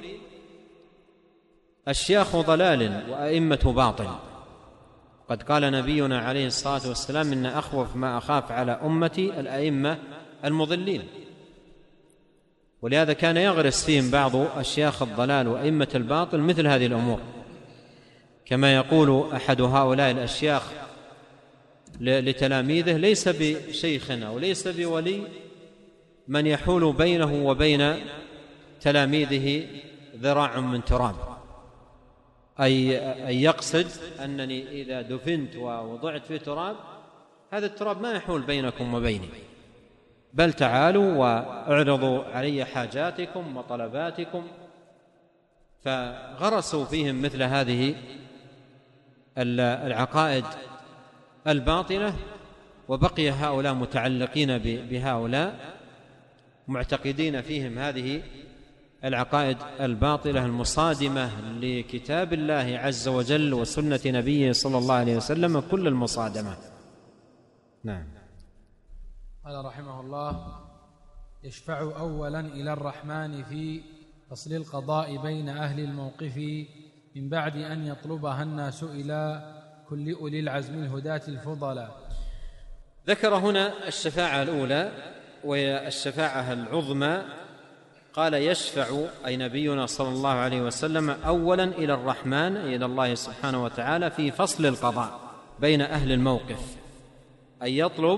أشياخ ضلال وأئمة باطل. قد قال نبينا عليه الصلاة والسلام: إن أخوف ما أخاف على أمتي الأئمة المضلين. ولهذا كان يغرس فيهم بعض أشياخ الضلال وأئمة الباطل مثل هذه الأمور، كما يقول أحد هؤلاء الأشياخ لتلاميذه: ليس بشيخنا وليس بولي من يحول بينه وبين تلاميذه ذراع من تراب، أي أن يقصد أنني إذا دفنت ووضعت في تراب هذا التراب ما يحول بينكم وبيني، بل تعالوا واعرضوا علي حاجاتكم وطلباتكم. فغرسوا فيهم مثل هذه العقائد الباطلة، وبقي هؤلاء متعلقين بهؤلاء معتقدين فيهم هذه العقائد الباطلة المصادمة لكتاب الله عز وجل وسنة نبيه صلى الله عليه وسلم كل المصادمة. نعم. قال رحمه الله: يشفع أولا إلى الرحمن في فصل القضاء بين أهل الموقف من بعد أن يطلبها الناس إلى كل أولي العزم الهداة الفضلاء. ذكر هنا الشفاعة الأولى وهي الشفاعة العظمى. قال: يشفع أي نبينا صلى الله عليه وسلم أولا إلى الرحمن، إلى الله سبحانه وتعالى، في فصل القضاء بين أهل الموقف، أي يطلب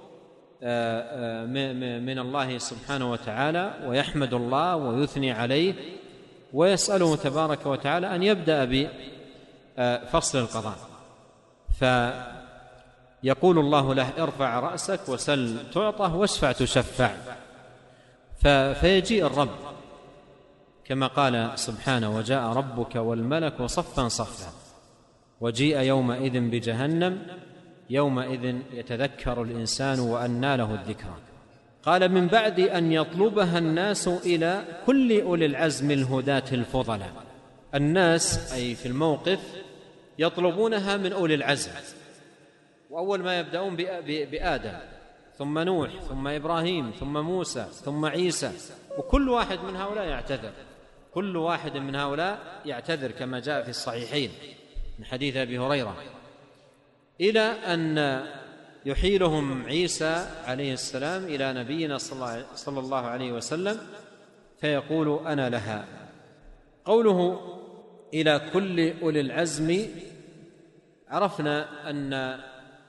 من الله سبحانه وتعالى ويحمد الله ويثني عليه ويسأله تبارك وتعالى أن يبدأ بفصل القضاء. فيقول الله له: ارفع رأسك وسل تعطى واشفع تشفع. فيجيء الرب كما قال سبحانه: وجاء ربك والملك صفا صفا. وجيء يومئذ بجهنم يومئذ يتذكر الإنسان وأنى له الذكرى. قال من بعد أن يطلبها الناس إلى كل أولي العزم الهداة الفضلاء. الناس أي في الموقف يطلبونها من أولي العزم، وأول ما يبدأون بآدم ثم نوح ثم إبراهيم ثم موسى ثم عيسى، وكل واحد من هؤلاء يعتذر، كل واحد من هؤلاء يعتذر كما جاء في الصحيحين من حديث أبي هريرة، إلى أن يحيلهم عيسى عليه السلام إلى نبينا صلى الله عليه وسلم فيقول أنا لها. قوله إلى كل أولي العزم، عرفنا أن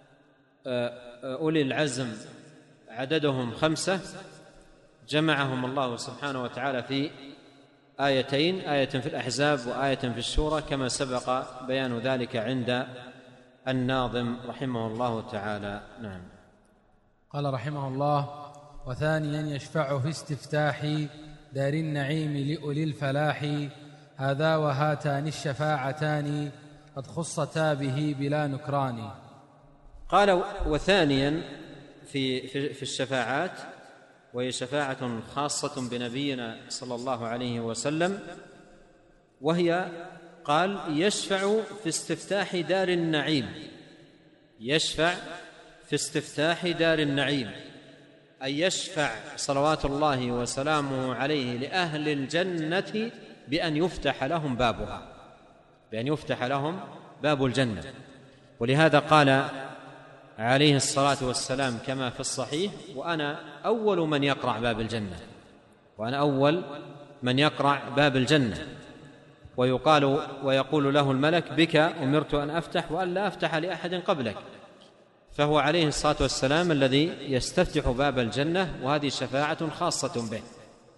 أولي العزم عددهم خمسة جمعهم الله سبحانه وتعالى في آيتين، آية في الأحزاب وآية في الشورى، كما سبق بيان ذلك عند الناظم رحمه الله تعالى. نعم. قال رحمه الله: وثانيا يشفع في استفتاح دار النعيم لأولي الفلاح، هذا وهاتان الشفاعتان قد خصتا به بلا نكران. قال وثانيا في, في, في الشفاعات، وهي شفاعة خاصة بنبينا صلى الله عليه وسلم، وهي قال يشفع في استفتاح دار النعيم، يشفع في استفتاح دار النعيم، أي يشفع صلوات الله وسلامه عليه لأهل الجنة بأن يفتح لهم بابها، بأن يفتح لهم باب الجنة. ولهذا قال عليه الصلاة والسلام كما في الصحيح: وأنا أول من يقرع باب الجنة، وأنا أول من يقرع باب الجنة. ويقال ويقول له الملك: بك أمرت أن أفتح وأن لا أفتح لأحد قبلك. فهو عليه الصلاة والسلام الذي يستفتح باب الجنة، وهذه شفاعة خاصة به.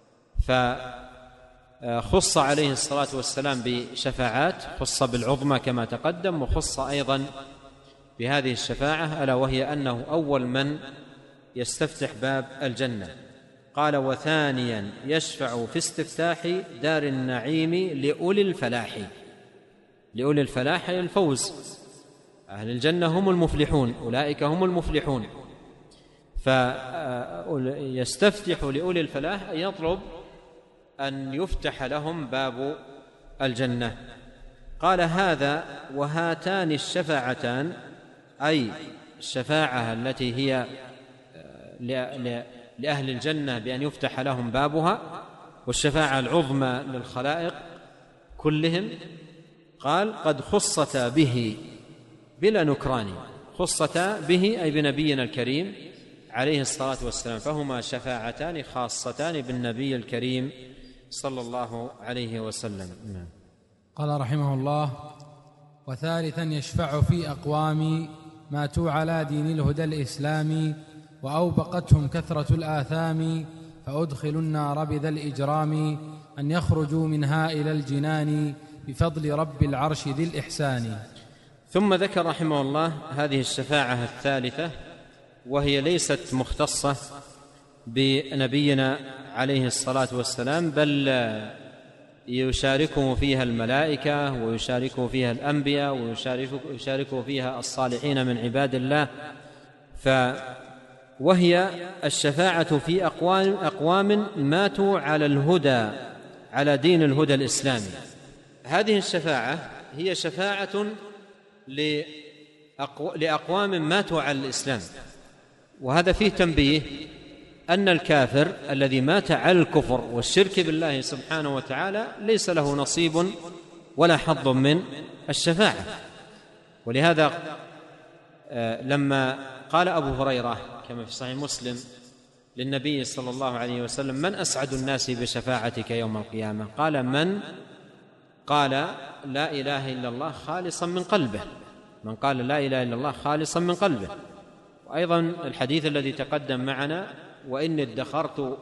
فخص عليه الصلاة والسلام بشفاعات، خص بالعظمى كما تقدم، وخص أيضا بهذه الشفاعة ألا وهي أنه أول من يستفتح باب الجنة. قال وثانيا يشفع في استفتاح دار النعيم لأولي الفلاح، لأولي الفلاح الفوز، أهل الجنة هم المفلحون، أولئك هم المفلحون. فيستفتح لأولي الفلاح أن يطلب أن يفتح لهم باب الجنة. قال هذا وهاتان الشفاعتان، أي الشفاعة التي هي لأهل الجنة بأن يفتح لهم بابها، والشفاعة العظمى للخلائق كلهم. قال قد خصتا به بلا نكران، خصتا به أي بنبينا الكريم عليه الصلاة والسلام، فهما شفاعتان خاصتان بالنبي الكريم صلى الله عليه وسلم. قال رحمه الله: وثالثا يشفع في أقوام ماتوا على دين الهدى الإسلامي، وأوبقتهم كثرة الآثام، فأدخلوا النار بذا الإجرام، أن يخرجوا منها إلى الجنان، بفضل رب العرش ذي الإحسان. ثم ذكر رحمه الله هذه الشفاعة الثالثة، وهي ليست مختصة بنبينا عليه الصلاة والسلام، بل يشاركه فيها الملائكة، ويشاركه فيها الأنبياء، ويشاركه فيها الصالحين من عباد الله. ف وهي الشفاعة في أقوام, أقوام ماتوا على الهدى، على دين الهدى الإسلامي. هذه الشفاعة هي شفاعة لأقوام ماتوا على الإسلام، وهذا فيه تنبيه أن الكافر الذي مات على الكفر والشرك بالله سبحانه وتعالى ليس له نصيب ولا حظ من الشفاعة. ولهذا لما قال أبو هريرة كما في صحيح مسلم للنبي صلى الله عليه وسلم: من أسعد الناس بشفاعتك يوم القيامة؟ قال: من قال لا إله إلا الله خالصا من قلبه، من قال لا إله إلا الله خالصا من قلبه. وأيضا الحديث الذي تقدم معنا: وإني ادخرت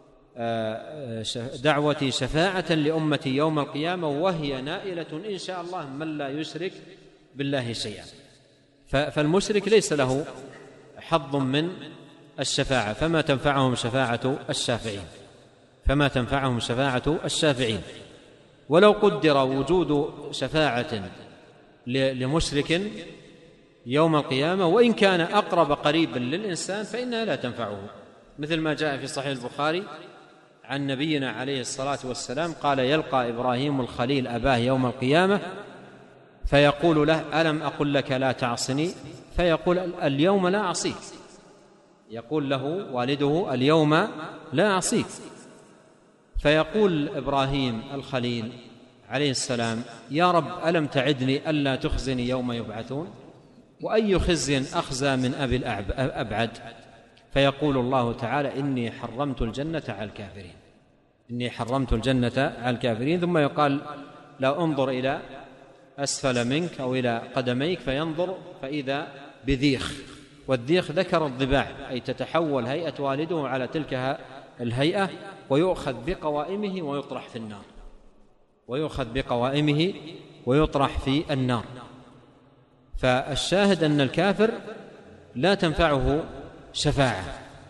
دعوتي شفاعة لأمتي يوم القيامة وهي نائلة إن شاء الله من لا يشرك بالله شيئا. فالمشرك ليس له حظ من الشفاعة، فما تنفعهم شفاعة الشافعين، فما تنفعهم شفاعة الشافعين. ولو قدر وجود شفاعة لمشرك يوم القيامة، وإن كان أقرب قريبا للإنسان فإنها لا تنفعه، مثل ما جاء في صحيح البخاري عن نبينا عليه الصلاة والسلام قال: يلقى إبراهيم الخليل أباه يوم القيامة فيقول له: ألم أقل لك لا تعصني؟ فيقول: اليوم لا أعصيك. يقول له والده: اليوم لا أعصيك. فيقول إبراهيم الخليل عليه السلام: يا رب ألم تعدني ألا تخزني يوم يبعثون؟ وأي خزي أخزى من أبي الأبعد؟ فيقول الله تعالى: إني حرمت الجنة على الكافرين، إني حرمت الجنة على الكافرين. ثم يقال: لا انظر إلى أسفل منك أو إلى قدميك، فينظر فإذا بذيخ، والذيخ ذكر الضباع، أي تتحول هيئة والده على تلك الهيئة، ويؤخذ بقوائمه ويطرح في النار، ويؤخذ بقوائمه ويطرح في النار. فالشاهد أن الكافر لا تنفعه شفاعة،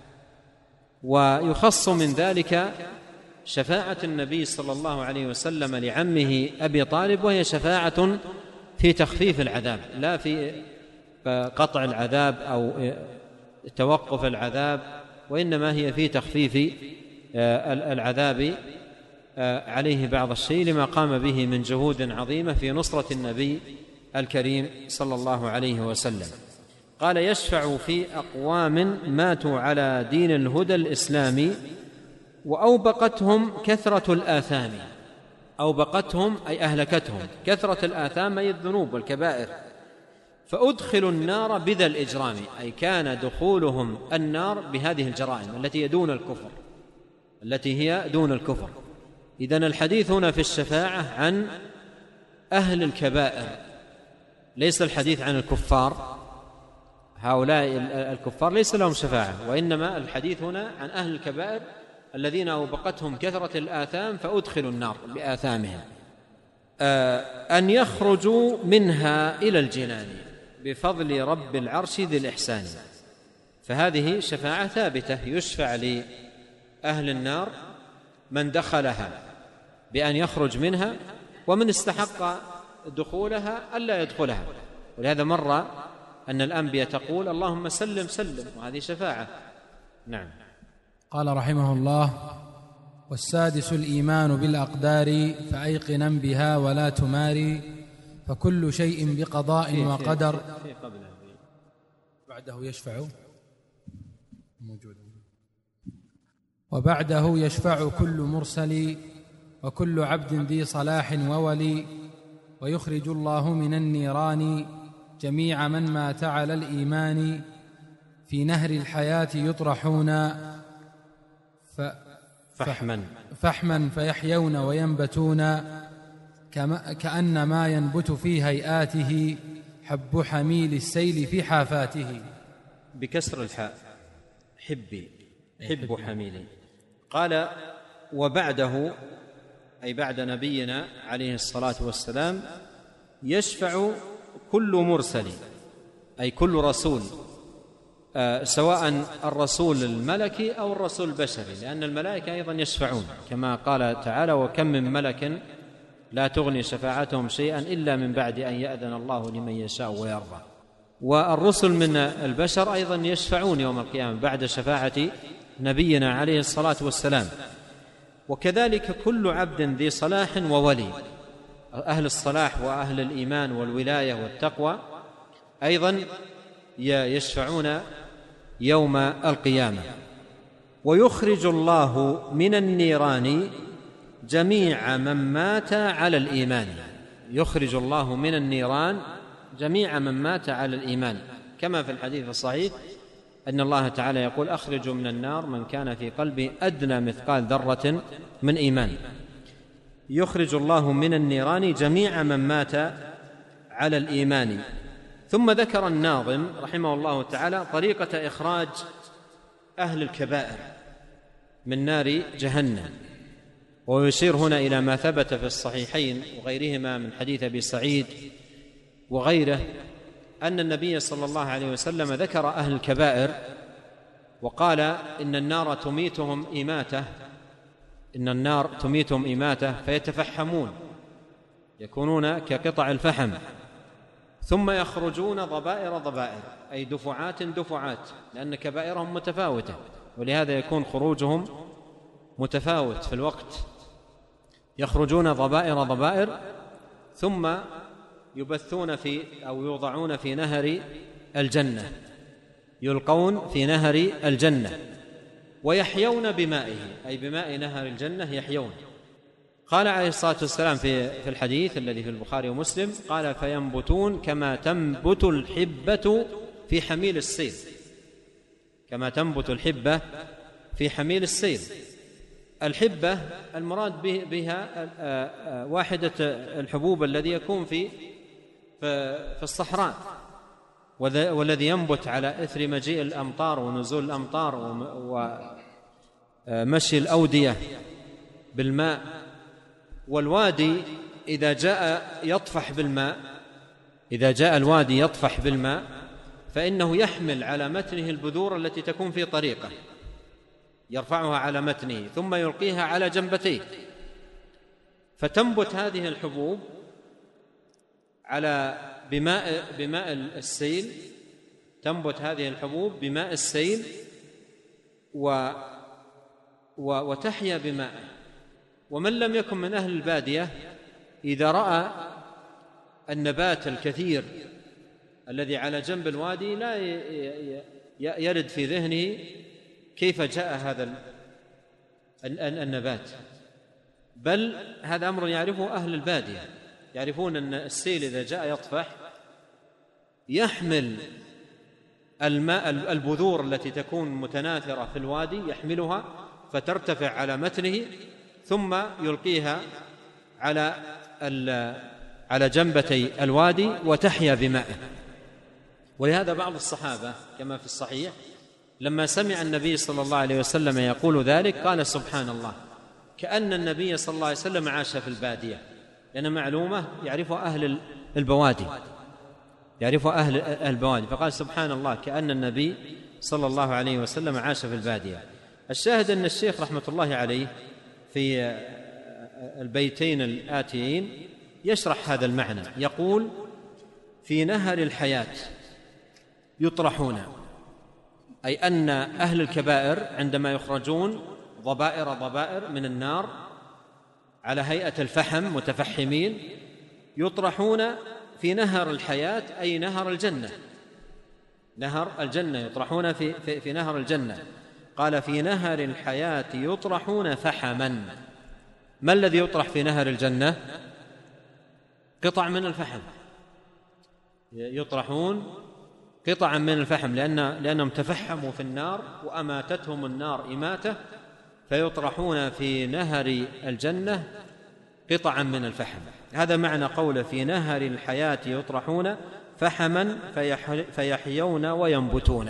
ويخص من ذلك شفاعة النبي صلى الله عليه وسلم لعمه أبي طالب، وهي شفاعة في تخفيف العذاب، لا في قطع العذاب أو توقف العذاب، وإنما هي في تخفيف العذاب عليه بعض الشيء، لما قام به من جهود عظيمة في نصرة النبي الكريم صلى الله عليه وسلم. قال: يشفع في أقوام ماتوا على دين الهدى الإسلامي وأوبقتهم كثرة الآثام. أوبقتهم أي أهلكتهم، كثرة الآثام أي الذنوب والكبائر، فأدخلوا النار بذا الإجرام، أي كان دخولهم النار بهذه الجرائم التي هي دون الكفر، التي هي دون الكفر. إذن الحديث هنا في الشفاعة عن أهل الكبائر، ليس الحديث عن الكفار. هؤلاء الكفار ليس لهم شفاعة، وإنما الحديث هنا عن أهل الكبائر الذين أوبقتهم كثرة الآثام فأدخلوا النار بآثامهم، أن يخرجوا منها إلى الجنان بفضل رب العرش ذي الإحسان. فهذه شفاعة ثابتة، يشفع لأهل النار من دخلها بأن يخرج منها، ومن استحق دخولها ألا يدخلها. ولهذا مر أن الأنبياء تقول: اللهم سلم سلم، وهذه شفاعة. نعم. قال رحمه الله: والسادس الإيمان بالأقدار، فأيقنا بها ولا تماري، فكل شيء بقضاء وقدر. بعده يشفع موجود وبعده يشفع كل مرسل، وكل عبد ذي صلاح وولي، ويخرج الله من النيران جميع من مات على الإيمان، في نهر الحياة يطرحون ف فحما فحما فيحيون وينبتون، كأنما ينبت في هيئاته حب حميل السيل في حافاته. بكسر الحاء، حبي، حب حميل. قال: وبعده أي بعد نبينا عليه الصلاة والسلام يشفع كل مرسل، أي كل رسول، آه سواء الرسول الملكي أو الرسول البشري، لأن الملائكة أيضا يشفعون، كما قال تعالى: وكم من ملك لا تغني شفاعتهم شيئا إلا من بعد أن يأذن الله لمن يشاء ويرضى. والرسل من البشر أيضا يشفعون يوم القيامة بعد شفاعة نبينا عليه الصلاة والسلام. وكذلك كل عبد ذي صلاح وولي، أهل الصلاح وأهل الإيمان والولاية والتقوى أيضا يشفعون يوم القيامة. ويخرج الله من النيران جميع من مات على الإيمان، يخرج الله من النيران جميع من مات على الإيمان، كما في الحديث الصحيح أن الله تعالى يقول: أخرجوا من النار من كان في قلبه أدنى مثقال ذرة من إيمان. يخرج الله من النيران جميع من مات على الإيمان. ثم ذكر الناظم رحمه الله تعالى طريقة إخراج أهل الكبائر من نار جهنم، ويشير هنا إلى ما ثبت في الصحيحين وغيرهما من حديث أبي سعيد وغيره أن النبي صلى الله عليه وسلم ذكر أهل الكبائر وقال: إن النار تميتهم إماتة، إن النار تميتهم إماتة فيتفحمون، يكونون كقطع الفحم، ثم يخرجون ضبائر ضبائر، أي دفعات دفعات، لأن كبائرهم متفاوتة، ولهذا يكون خروجهم متفاوت في الوقت. يخرجون ضبائر ضبائر ثم يبثون في أو يوضعون في نهر الجنة، يلقون في نهر الجنة ويحيون بمائه، أي بماء نهر الجنة يحيون. قال عليه الصلاة والسلام في في الحديث الذي في البخاري ومسلم، قال: فينبتون كما تنبت الحبة في حميل السيل، كما تنبت الحبة في حميل السيل. الحبة المراد بها واحدة الحبوب الذي يكون في في الصحراء، والذي ينبت على إثر مجيء الأمطار ونزول الأمطار ومشي الأودية بالماء. والوادي إذا جاء يطفح بالماء، إذا جاء الوادي يطفح بالماء فإنه يحمل على متنه البذور التي تكون في طريقه، يرفعها على متنه ثم يلقيها على جنبتيه، فتنبت هذه الحبوب على بماء بماء السيل، تنبت هذه الحبوب بماء السيل و وتحيا بماءه. ومن لم يكن من أهل البادية إذا رأى النبات الكثير الذي على جنب الوادي لا يرد في ذهنه كيف جاء هذا النبات، بل هذا أمر يعرفه أهل البادية، يعرفون أن السيل إذا جاء يطفح يحمل الماء البذور التي تكون متناثرة في الوادي، يحملها فترتفع على متنه ثم يلقيها على على جنبتي الوادي وتحيا بمائه. ولهذا بعض الصحابة كما في الصحيح لما سمع النبي صلى الله عليه وسلم يقول ذلك قال: سبحان الله، كأن النبي صلى الله عليه وسلم عاش في البادية، لأن معلومة يعرف أهل البوادي، يعرف أهل البوادي، فقال: سبحان الله، كأن النبي صلى الله عليه وسلم عاش في البادية. الشاهد أن الشيخ رحمة الله عليه في البيتين الآتيين يشرح هذا المعنى، يقول: في نهر الحياة يطرحون، أي أن أهل الكبائر عندما يخرجون ضبائر ضبائر من النار على هيئة الفحم متفحمين يطرحون في نهر الحياة، أي نهر الجنة، نهر الجنة، يطرحون في, في, في نهر الجنة. قال: في نهر الحياة يطرحون فحما. ما الذي يطرح في نهر الجنة؟ قطع من الفحم، يطرحون قطعا من الفحم، لأن لأنهم تفحموا في النار وأماتتهم النار إماتة، فيطرحون في نهر الجنة قطعا من الفحم. هذا معنى قوله: في نهر الحياة يطرحون فحما فيحيون وينبتون،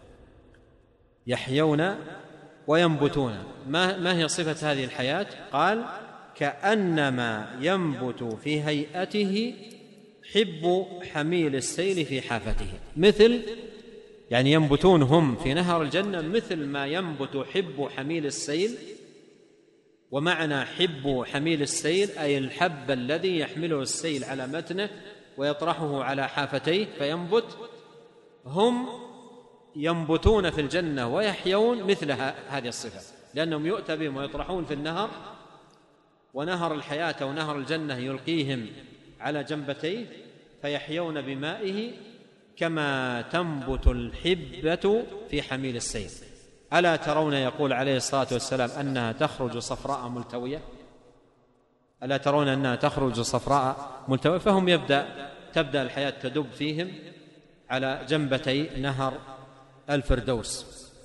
يحيون وينبتون. ما, ما هي صفة هذه الحياة؟ قال: كأنما ينبت في هيئته حب حميل السيل في حافته، مثل يعني ينبتون هم في نهر الجنة مثل ما ينبت حب حميل السيل. ومعنى حب حميل السيل أي الحب الذي يحمله السيل على متنه ويطرحه على حافتيه فينبت، هم ينبتون في الجنة ويحيون مثل هذه الصفة، لأنهم يؤتى بهم ويطرحون في النهر، ونهر الحياة أو نهر الجنة يلقيهم على جنبتيه فيحيون بمائه كما تنبت الحبة في حميل السيل. ألا ترون، يقول عليه الصلاة والسلام، أنها تخرج صفراء ملتوية؟ ألا ترون أنها تخرج صفراء ملتوية؟ فهم يبدأ تبدأ الحياة تدب فيهم على جنبتي نهر الفردوس.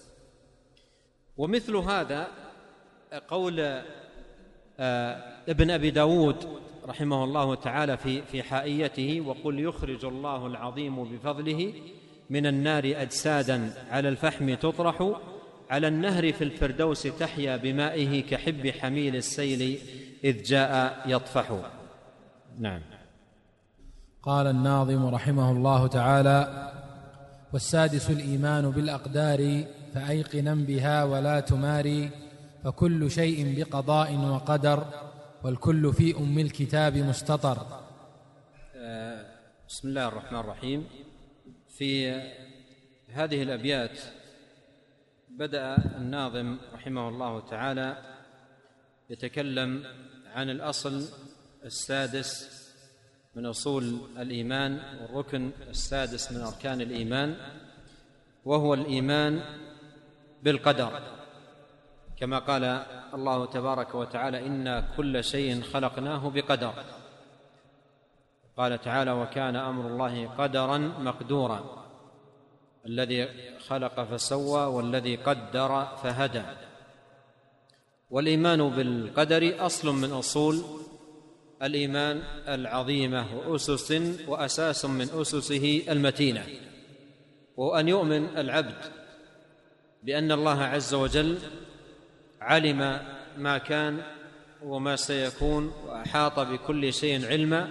ومثل هذا قول ابن أبي داود رحمه الله تعالى في في حائيته: وقل يخرج الله العظيم بفضله من النار أجسادا على الفحم تطرح، على النهر في الفردوس تحيا بمائه كحب حميل السيل إذ جاء يطفح. نعم. قال الناظم رحمه الله تعالى: والسادس الإيمان بالأقدار فأيقنا بها ولا تماري، فكل شيء بقضاء وقدر والكل في أم الكتاب مستطر. بسم الله الرحمن الرحيم. في هذه الأبيات بدأ الناظم رحمه الله تعالى يتكلم عن الأصل السادس من أصول الإيمان والركن السادس من أركان الإيمان، وهو الإيمان بالقدر، كما قال الله تبارك وتعالى: إنا كل شيء خلقناه بقدر. قال تعالى: وكان أمر الله قدرا مقدورا، الذي خلق فسوى والذي قدر فهدى. والإيمان بالقدر أصل من أصول الإيمان العظيمة وأسس وأساس من أسسه المتينة، وهو أن يؤمن العبد بأن الله عز وجل علم ما كان وما سيكون وأحاط بكل شيء علما،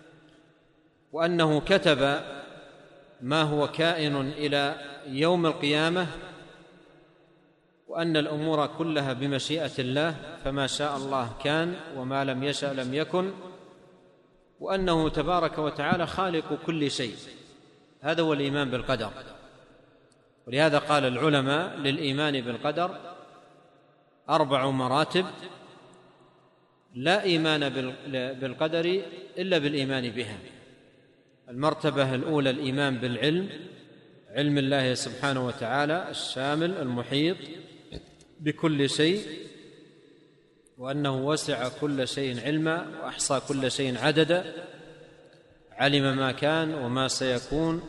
وأنه كتب ما هو كائن إلى يوم القيامة، وأن الأمور كلها بمشيئة الله، فما شاء الله كان وما لم يشأ لم يكن، وأنه تبارك وتعالى خالق كل شيء. هذا هو الإيمان بالقدر. ولهذا قال العلماء للإيمان بالقدر أربع مراتب: لا إيمان بالقدر إلا بالإيمان بها. المرتبة الأولى الإيمان بالعلم، علم الله سبحانه وتعالى الشامل المحيط بكل شيء، وأنه وسع كل شيء علما وأحصى كل شيء عددا، علم ما كان وما سيكون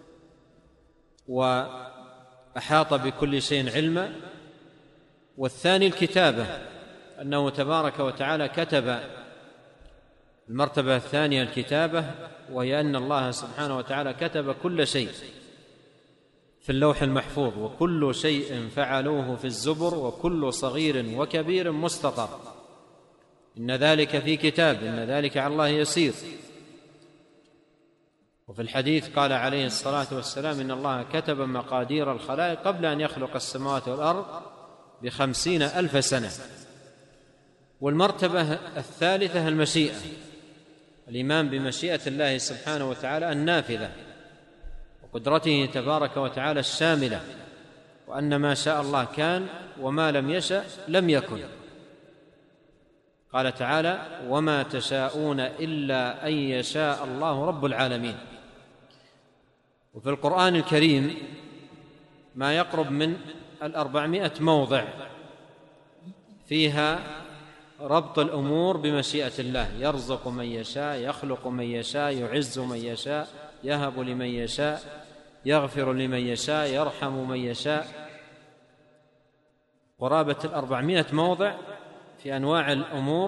وأحاط بكل شيء علما. والثاني الكتابة، أنه تبارك وتعالى كتب. المرتبة الثانية الكتابة، وهي أن الله سبحانه وتعالى كتب كل شيء في اللوح المحفوظ، وكل شيء فعلوه في الزبر، وكل صغير وكبير مستطر، إن ذلك في كتاب، إن ذلك على الله يسير. وفي الحديث قال عليه الصلاة والسلام: إن الله كتب مقادير الخلائق قبل أن يخلق السماوات والأرض بخمسين ألف سنة. والمرتبة الثالثة المشيئة، الإيمان بمشيئة الله سبحانه وتعالى النافذة، وقدرته تبارك وتعالى الشاملة، وأن ما شاء الله كان وما لم يشأ لم يكن. قال تعالى: وما تشاءون إلا أن يشاء الله رب العالمين. وفي القرآن الكريم ما يقرب من الأربعمائة موضع فيها ربط الأمور بمشيئة الله: يرزق من يشاء، يخلق من يشاء، يعز من يشاء، يهب لمن يشاء، يغفر لمن يشاء، يرحم من يشاء. قرابة الأربعمائة موضع في أنواع الأمور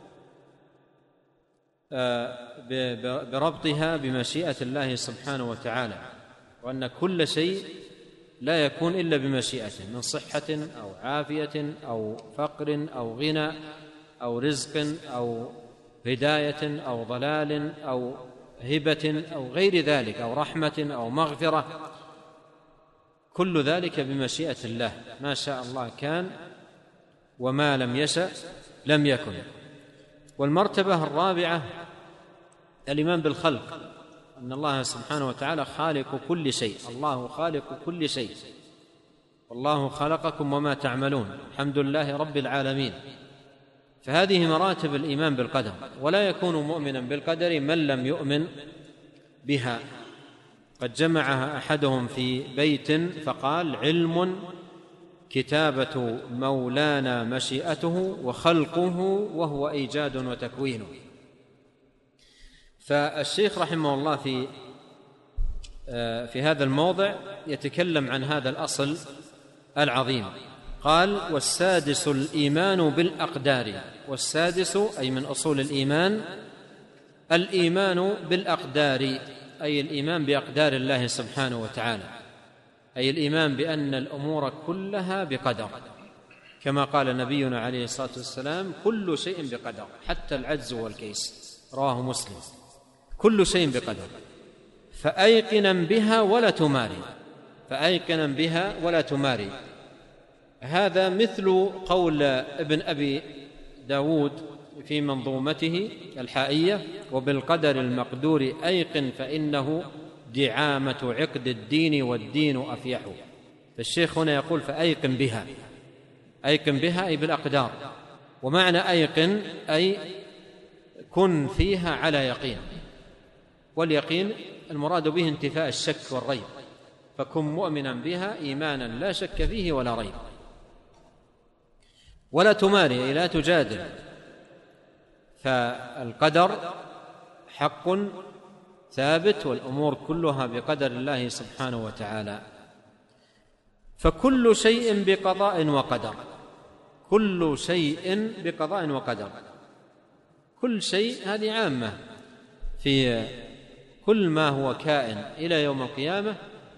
بربطها بمشيئة الله سبحانه وتعالى، وأن كل شيء لا يكون إلا بمشيئته، من صحة أو عافية أو فقر أو غنى أو رزق أو هداية أو ضلال أو هبة أو غير ذلك، أو رحمة أو مغفرة، كل ذلك بمشيئة الله. ما شاء الله كان وما لم يشأ لم يكن. والمرتبة الرابعة الإيمان بالخلق، أن الله سبحانه وتعالى خالق كل شيء، الله خالق كل شيء، والله خلقكم وما تعملون، الحمد لله رب العالمين. فهذه مراتب الإيمان بالقدر، ولا يكون مؤمنا بالقدر من لم يؤمن بها. قد جمعها أحدهم في بيت فقال: علم كتابة مولانا مشيئته، وخلقه وهو إيجاد وتكوين. فالشيخ رحمه الله في في هذا الموضع يتكلم عن هذا الأصل العظيم. قال: والسادس الإيمان بالأقدار. والسادس أي من أصول الإيمان الإيمان بالأقدار، أي الإيمان بأقدار الله سبحانه وتعالى، أي الإيمان بأن الأمور كلها بقدر، كما قال نبينا عليه الصلاة والسلام: كل شيء بقدر، حتى العجز والكيس. رواه مسلم. كل شيء بقدر، فأيقنا بها ولا تماري، فأيقنا بها ولا تماري. هذا مثل قول ابن أبي داود في منظومته الحائية: وبالقدر المقدور أيقن فإنه دعامة عقد الدين والدين أفيح. فالشيخ هنا يقول: فأيقن بها، أيقن بها أي بالأقدار. ومعنى أيقن أي كن فيها على يقين، واليقين المراد به انتفاء الشك والريب، فكن مؤمنا بها إيمانا لا شك فيه ولا ريب، ولا تماري أي لا تجادل، فالقدر حق ثابت، والأمور كلها بقدر الله سبحانه وتعالى. فكل شيء بقضاء وقدر، كل شيء بقضاء وقدر، كل شيء هذه عامة في كل ما هو كائن إلى يوم القيامة،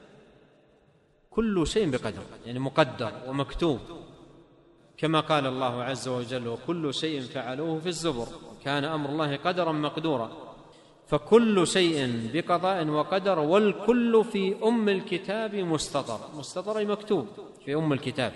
كل شيء بقدر، يعني مقدر ومكتوب، كما قال الله عز وجل: وكل شيء فعلوه في الزبر وكان أمر الله قدرا مقدورا. فكل شيء بقضاء وقدر، والكل في أم الكتاب مستطر، مستطر أي مكتوب في أم الكتاب.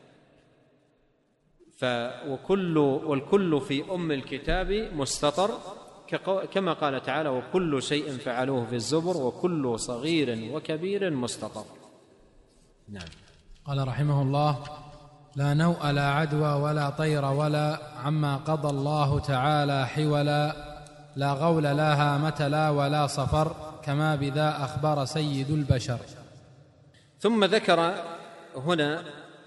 وكل والكل في أم الكتاب مستطر، كما قال تعالى: وكل شيء فعلوه في الزبر وكل صغير وكبير مستطر. نعم. قال رحمه الله: لا نوء لا عدوى ولا طير ولا عما قضى الله تعالى حولا، لا غول لا هامة لا ولا صفر، كما بذا أخبر سيد البشر. ثم ذكر هنا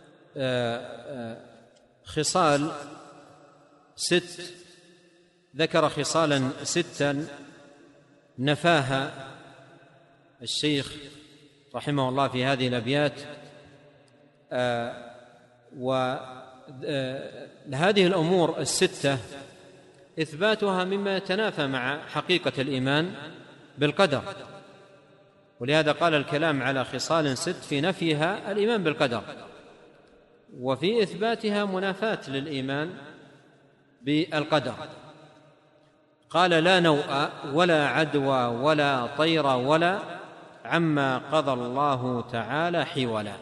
خصال ست، ذكر خصالا ستا نفاها الشيخ رحمه الله في هذه الأبيات، وهذه الأمور الستة إثباتها مما يتنافى مع حقيقة الإيمان بالقدر، ولهذا قال الكلام على خصال ست في نفيها الإيمان بالقدر، وفي إثباتها منافاة للإيمان بالقدر. قال: لا نوء ولا عدوى ولا طير ولا عما قضى الله تعالى حولا.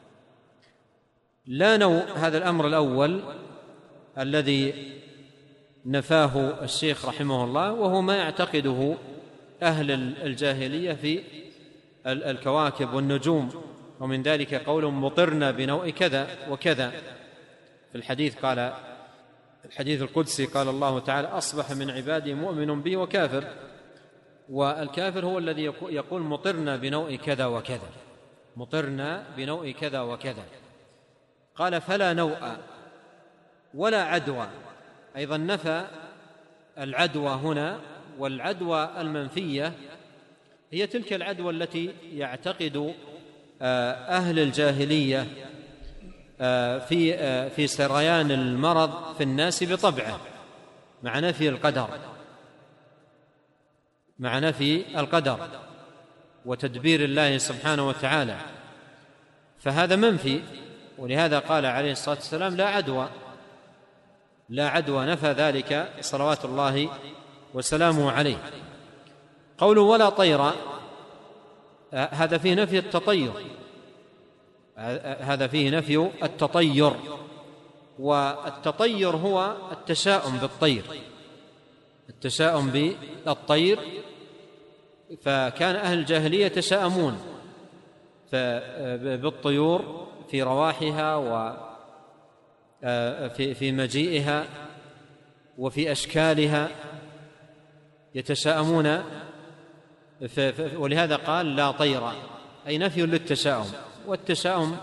لا نوء، هذا الأمر الأول الذي نفاه الشيخ رحمه الله، وهو ما يعتقده أهل الجاهلية في الكواكب والنجوم، ومن ذلك قول: مطرنا بنوء كذا وكذا. في الحديث قال الحديث القدسي قال الله تعالى: أصبح من عبادي مؤمن بي وكافر، والكافر هو الذي يقول: مطرنا بنوء كذا وكذا، مطرنا بنوء كذا وكذا. قال: فلا نوء ولا عدوى، أيضا نفى العدوى هنا، والعدوى المنفية هي تلك العدوى التي يعتقد أهل الجاهلية في في سريان المرض في الناس بطبعه، مع نفي القدر، مع نفي القدر وتدبير الله سبحانه وتعالى، فهذا منفي. ولهذا قال عليه الصلاة والسلام: لا عدوى، لا عدوى، نفى ذلك صلوات الله وسلامه عليه. قوله: ولا طير، هذا فيه نفي التطير، هذا فيه نفي التطير، والتطير هو التشاؤم بالطير، التشاؤم بالطير. فكان أهل الجاهلية يتشاءمون بالطيور في رواحها وفي في مجيئها وفي أشكالها، يتشاءمون، ولهذا قال: لا طير، أي نفي للتشاؤم. والتشاؤم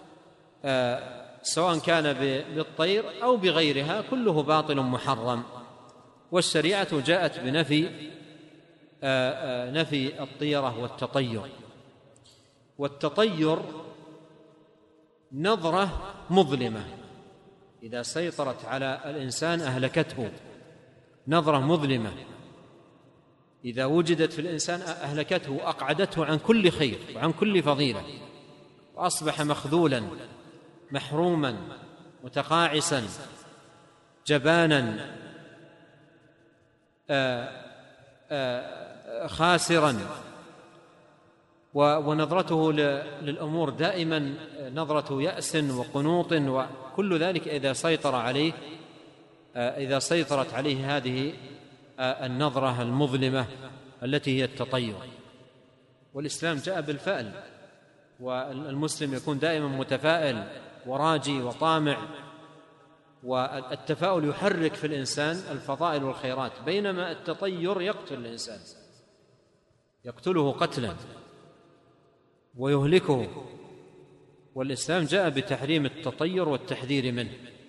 سواء كان بالطير أو بغيرها كله باطل محرم، والشريعة جاءت بنفي نفي الطيرة والتطير. والتطير نظرة مظلمة إذا سيطرت على الإنسان أهلكته، نظرة مظلمة إذا وجدت في الإنسان أهلكته، أقعدته عن كل خير وعن كل فضيلة، وأصبح مخذولا محروما متقاعسا جبانا آآ آآ خاسرا، ونظرته للأمور دائما نظرة يأس وقنوط، وكل ذلك إذا سيطر عليه إذا سيطرت عليه هذه النظرة المظلمة التي هي التطير. والإسلام جاء بالفأل، والمسلم يكون دائما متفائل وراجي وطامع، والتفاؤل يحرك في الإنسان الفضائل والخيرات، بينما التطير يقتل الإنسان، يقتله قتلا ويهلكه. والإسلام جاء بتحريم التطير والتحذير منه.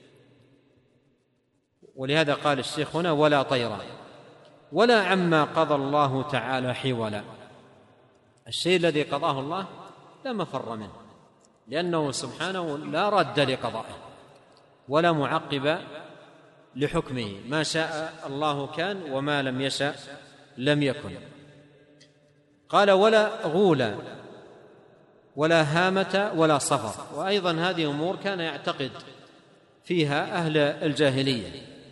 ولهذا قال الشيخ هنا: ولا طيرا ولا عما قضى الله تعالى حولا. الشيء الذي قضاه الله لا مفر منه، لأنه سبحانه لا رد لقضائه ولا معقب لحكمه، ما شاء الله كان وما لم يشأ لم يكن. قال: ولا غول ولا هامة ولا صفر. وأيضا هذه أمور كان يعتقد فيها أهل الجاهلية.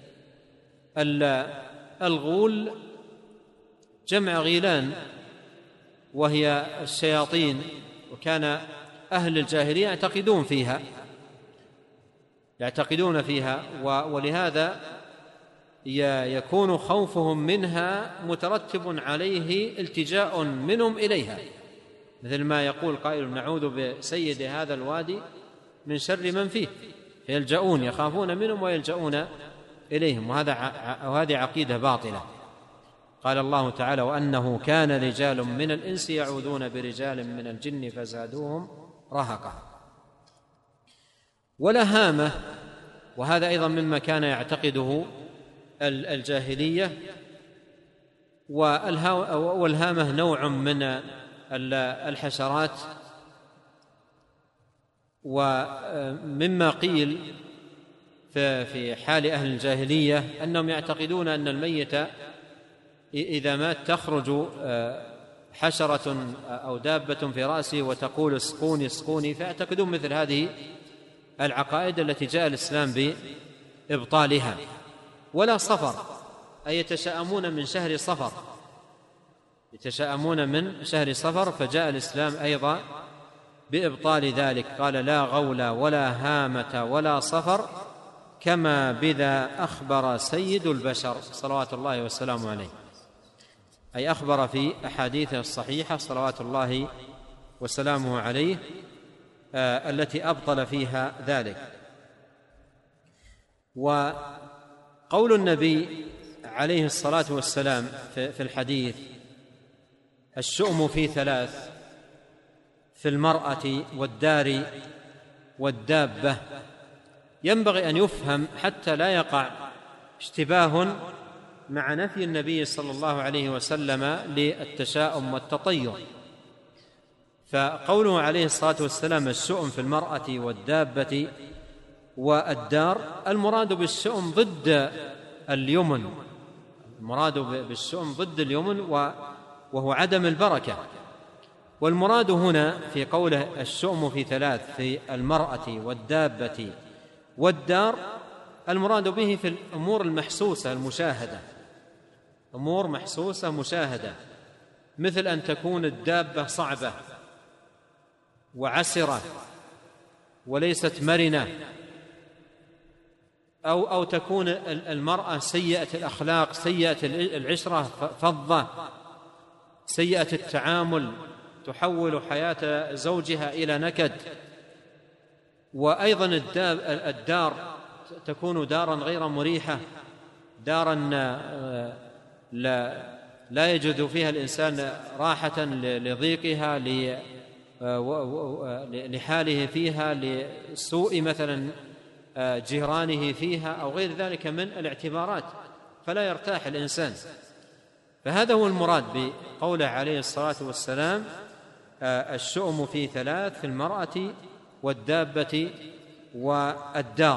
الغول جمع غيلان، وهي الشياطين، وكان أهل الجاهلية يعتقدون فيها يعتقدون فيها ولهذا يكون خوفهم منها مترتب عليه التجاء منهم إليها، مثل ما يقول قائل: نعوذ بسيد هذا الوادي من شر من فيه، فيلجؤون، يخافون منهم ويلجؤون إليهم، وهذا وهذه عقيدة باطلة. قال الله تعالى: وأنه كان رجال من الإنس يعوذون برجال من الجن فزادوهم رهقا. ولا هامة، وهذا أيضا مما كان يعتقده الجاهلية. والهامة نوع من الحشرات، ومما قيل في حال أهل الجاهلية أنهم يعتقدون أن الميت إذا مات تخرج حشرة أو دابة في رأسه وتقول: اسقوني اسقوني، فيعتقدون مثل هذه العقائد التي جاء الإسلام بإبطالها. ولا صفر، أي يتشاءمون من شهر صفر يتشاءمون من شهر صفر فجاء الإسلام أيضا بإبطال ذلك. قال: لا غول ولا هامة ولا صفر كما بذا أخبر سيد البشر صلوات الله والسلام عليه، أي أخبر في أحاديثه الصحيحة صلوات الله وسلامه عليه آه التي أبطل فيها ذلك. وقول النبي عليه الصلاة والسلام في الحديث: الشؤم في ثلاث، في المرأة والدار والدابة، ينبغي أن يفهم حتى لا يقع اشتباه مع نفي النبي صلى الله عليه وسلم للتشاؤم والتطير. فقوله عليه الصلاة والسلام: الشؤم في المرأة والدابة والدار، المراد بالشؤم ضد اليمن، المراد بالشؤم ضد اليمن وهو عدم البركة. والمراد هنا في قوله الشؤم في ثلاث، في المرأة والدابة والدار، المراد به في الأمور المحسوسة المشاهدة، أمور محسوسة مشاهدة، مثل أن تكون الدابة صعبة وعسرة وليست مرنة، أو أو تكون المرأة سيئة الأخلاق، سيئة العشرة، فظة، سيئة التعامل، تحول حياة زوجها إلى نكد. وأيضا الدار تكون دارا غير مريحة، دارا لا, لا يجد فيها الإنسان راحة لضيقها، لحاله فيها، لسوء مثلا جيرانه فيها، أو غير ذلك من الاعتبارات، فلا يرتاح الإنسان. فهذا هو المراد بقوله عليه الصلاة والسلام: الشؤم في ثلاث، في المرأة والدابة والدار.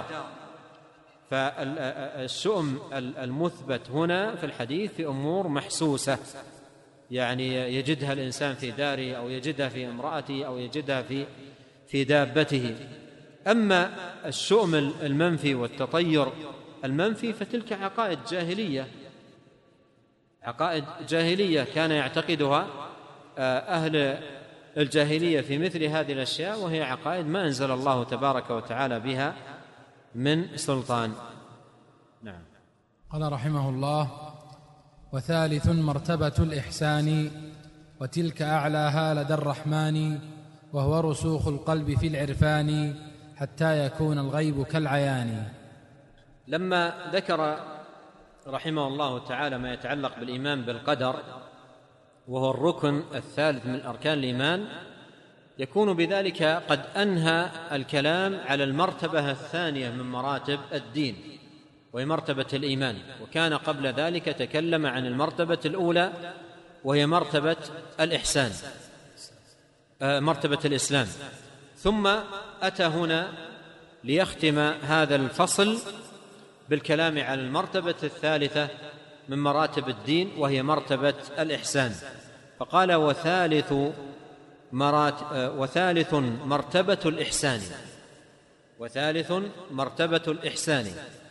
فالشؤم المثبت هنا في الحديث في أمور محسوسة، يعني يجدها الإنسان في داره، أو يجدها في امرأته، أو يجدها في في دابته. أما الشؤم المنفي والتطير المنفي فتلك عقائد جاهلية، عقائد جاهلية كان يعتقدها أهل الجاهلية في مثل هذه الأشياء، وهي عقائد ما أنزل الله تبارك وتعالى بها من سلطان. نعم. قال رحمه الله: وثالث مرتبة الإحسان، وتلك أعلاها لدى الرحمن، وهو رسوخ القلب في العرفان، حتى يكون الغيب كالعيان. لما ذكر رحمه الله تعالى ما يتعلق بالإيمان بالقدر، وهو الركن الثالث من أركان الإيمان، يكون بذلك قد أنهى الكلام على المرتبة الثانية من مراتب الدين، وهي مرتبة الإيمان. وكان قبل ذلك تكلم عن المرتبة الأولى، وهي مرتبة الإحسان، مرتبة الإسلام. ثم أتى هنا ليختم هذا الفصل بالكلام على المرتبة الثالثة من مراتب الدين، وهي مرتبة الإحسان. فقال: وثالث مرات وثالث مرتبة الإحسان وثالث مرتبة الإحسان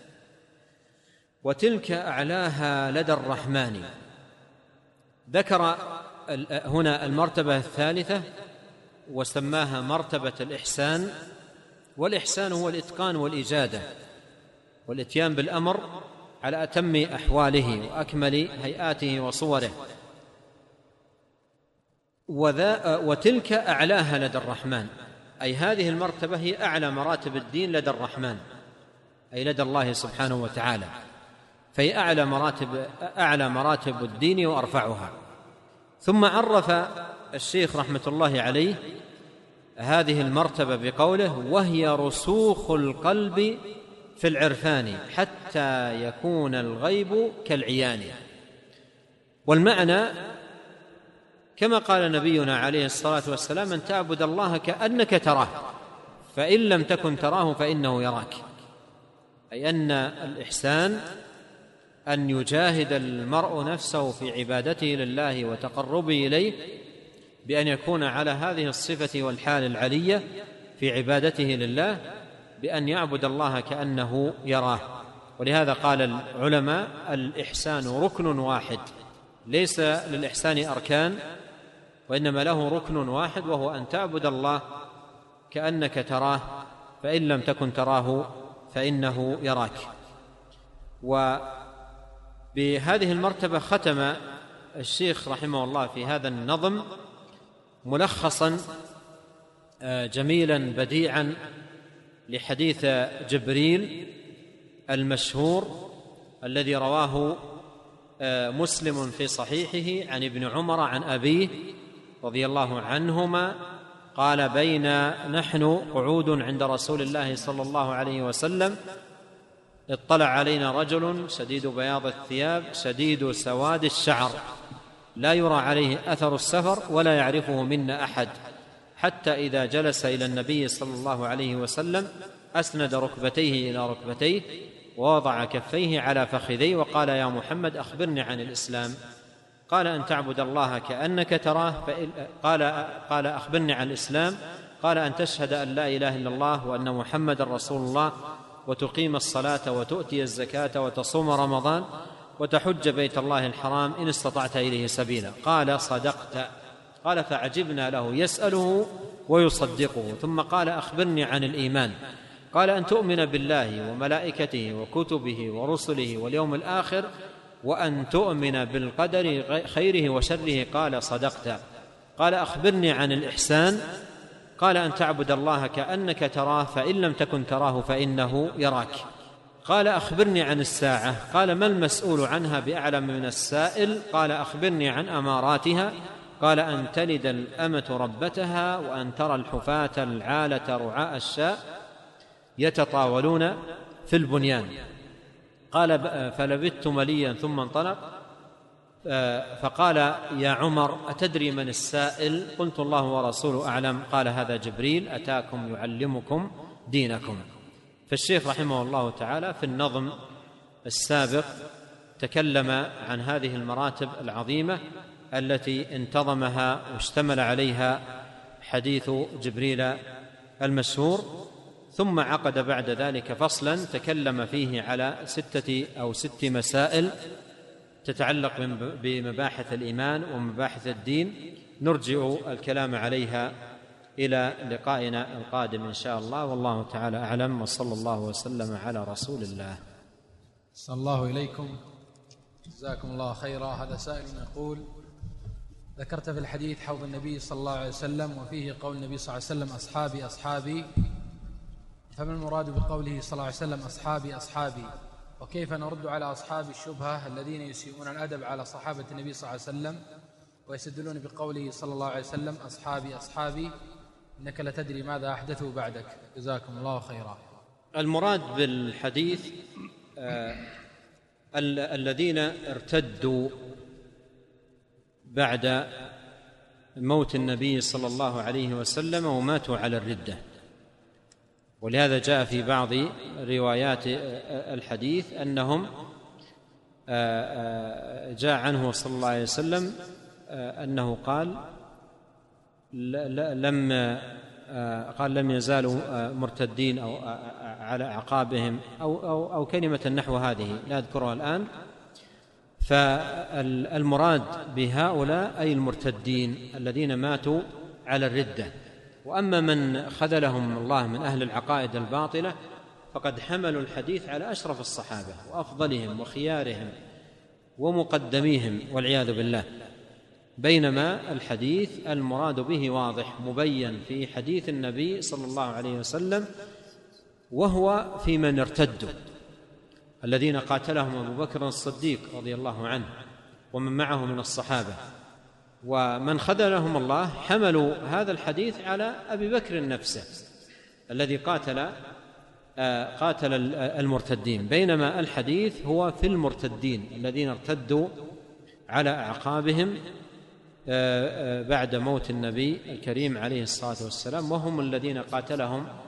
وتلك أعلاها لدى الرحمن. ذكر هنا المرتبة الثالثة وسماها مرتبة الإحسان. والإحسان هو الإتقان والإجادة والإتيان بالأمر على أتم أحواله وأكمل هيئاته وصوره. وتلك أعلاها لدى الرحمن، أي هذه المرتبة هي أعلى مراتب الدين لدى الرحمن، أي لدى الله سبحانه وتعالى، فهي أعلى مراتب أعلى مراتب الدين وأرفعها. ثم عرف الشيخ رحمة الله عليه هذه المرتبة بقوله: وهي رسوخ القلب في العرفان حتى يكون الغيب كالعيان. والمعنى كما قال نبينا عليه الصلاة والسلام: أن تعبد الله كأنك تراه، فإن لم تكن تراه فإنه يراك. أي أن الإحسان أن يجاهد المرء نفسه في عبادته لله وتقربه إليه بأن يكون على هذه الصفة والحال العلية في عبادته لله، بأن يعبد الله كأنه يراه. ولهذا قال العلماء: الإحسان ركن واحد، ليس للإحسان أركان، وإنما له ركن واحد، وهو أن تعبد الله كأنك تراه، فإن لم تكن تراه فإنه يراك. وبهذه المرتبة ختم الشيخ رحمه الله في هذا النظم ملخصا جميلا بديعا لحديث جبريل المشهور الذي رواه مسلم في صحيحه عن ابن عمر عن أبيه رضي الله عنهما قال: بين نحن قعود عند رسول الله صلى الله عليه وسلم اطلع علينا رجل شديد بياض الثياب شديد سواد الشعر، لا يرى عليه أثر السفر ولا يعرفه منا أحد، حتى إذا جلس إلى النبي صلى الله عليه وسلم أسند ركبتيه إلى ركبتيه ووضع كفيه على فخذيه وقال: يا محمد أخبرني عن الإسلام. قال: أن تعبد الله كأنك تراه. قال قال أخبرني عن الإسلام. قال: أن تشهد أن لا إله إلا الله وأن محمد رسول الله، وتقيم الصلاة وتؤتي الزكاة وتصوم رمضان وتحج بيت الله الحرام إن استطعت إليه سبيلا. قال: صدقت. قال: فعجبنا له يسأله ويصدقه. ثم قال: أخبرني عن الإيمان. قال: أن تؤمن بالله وملائكته وكتبه ورسله واليوم الآخر، وأن تؤمن بالقدر خيره وشره. قال: صدقت. قال: أخبرني عن الإحسان. قال: أن تعبد الله كأنك تراه، فإن لم تكن تراه فإنه يراك. قال: أخبرني عن الساعة. قال: ما المسؤول عنها بأعلم من السائل؟ قال: أخبرني عن أماراتها. قال: أن تلد الأمة ربتها، وأن ترى الحفاة العالة رعاء الشاء يتطاولون في البنيان. قال: فلبثت مليا ثم انطلق. فقال: يا عمر أتدري من السائل؟ قلت: الله ورسوله أعلم. قال: هذا جبريل أتاكم يعلمكم دينكم. فالشيخ رحمه الله تعالى في النظم السابق تكلم عن هذه المراتب العظيمة التي انتظمها واشتمل عليها حديث جبريل المشهور، ثم عقد بعد ذلك فصلا تكلم فيه على ستة أو ست مسائل تتعلق بمباحث الإيمان ومباحث الدين، نرجع الكلام عليها إلى لقائنا القادم إن شاء الله، والله تعالى أعلم، وصلى الله وسلم على رسول الله. صلى الله إليكم، جزاكم الله خيرا. هذا سائل يقول: ذكرت في الحديث حوض النبي صلى الله عليه وسلم وفيه قول النبي صلى الله عليه وسلم أصحابي أصحابي، فما المراد بقوله صلى الله عليه وسلم أصحابي أصحابي؟ وكيف نرد على أصحاب الشبهة الذين يسيئون الأدب على صحابة النبي صلى الله عليه وسلم ويستدلون بقوله صلى الله عليه وسلم أصحابي أصحابي إنك لتدري ماذا أحدثوا بعدك؟ جزاكم الله خيرا. المراد بالحديث آه ال- الذين ارتدوا بعد موت النبي صلى الله عليه وسلم وماتوا على الردة، ولهذا جاء في بعض روايات الحديث أنهم جاء عنه صلى الله عليه وسلم أنه قال لم قال لم يزالوا مرتدين أو على أعقابهم أو, أو, أو كلمة نحو هذه لا أذكرها الآن. فالمراد بهؤلاء أي المرتدين الذين ماتوا على الردة. وأما من خذلهم الله من أهل العقائد الباطلة فقد حملوا الحديث على أشرف الصحابة وأفضلهم وخيارهم ومقدميهم والعياذ بالله، بينما الحديث المراد به واضح مبين في حديث النبي صلى الله عليه وسلم، وهو في من ارتدوا الذين قاتلهم أبو بكر الصديق رضي الله عنه ومن معه من الصحابة. ومن خذلهم الله حملوا هذا الحديث على أبي بكر نفسه الذي قاتل قاتل المرتدين، بينما الحديث هو في المرتدين الذين ارتدوا على أعقابهم بعد موت النبي الكريم عليه الصلاة والسلام، وهم الذين قاتلهم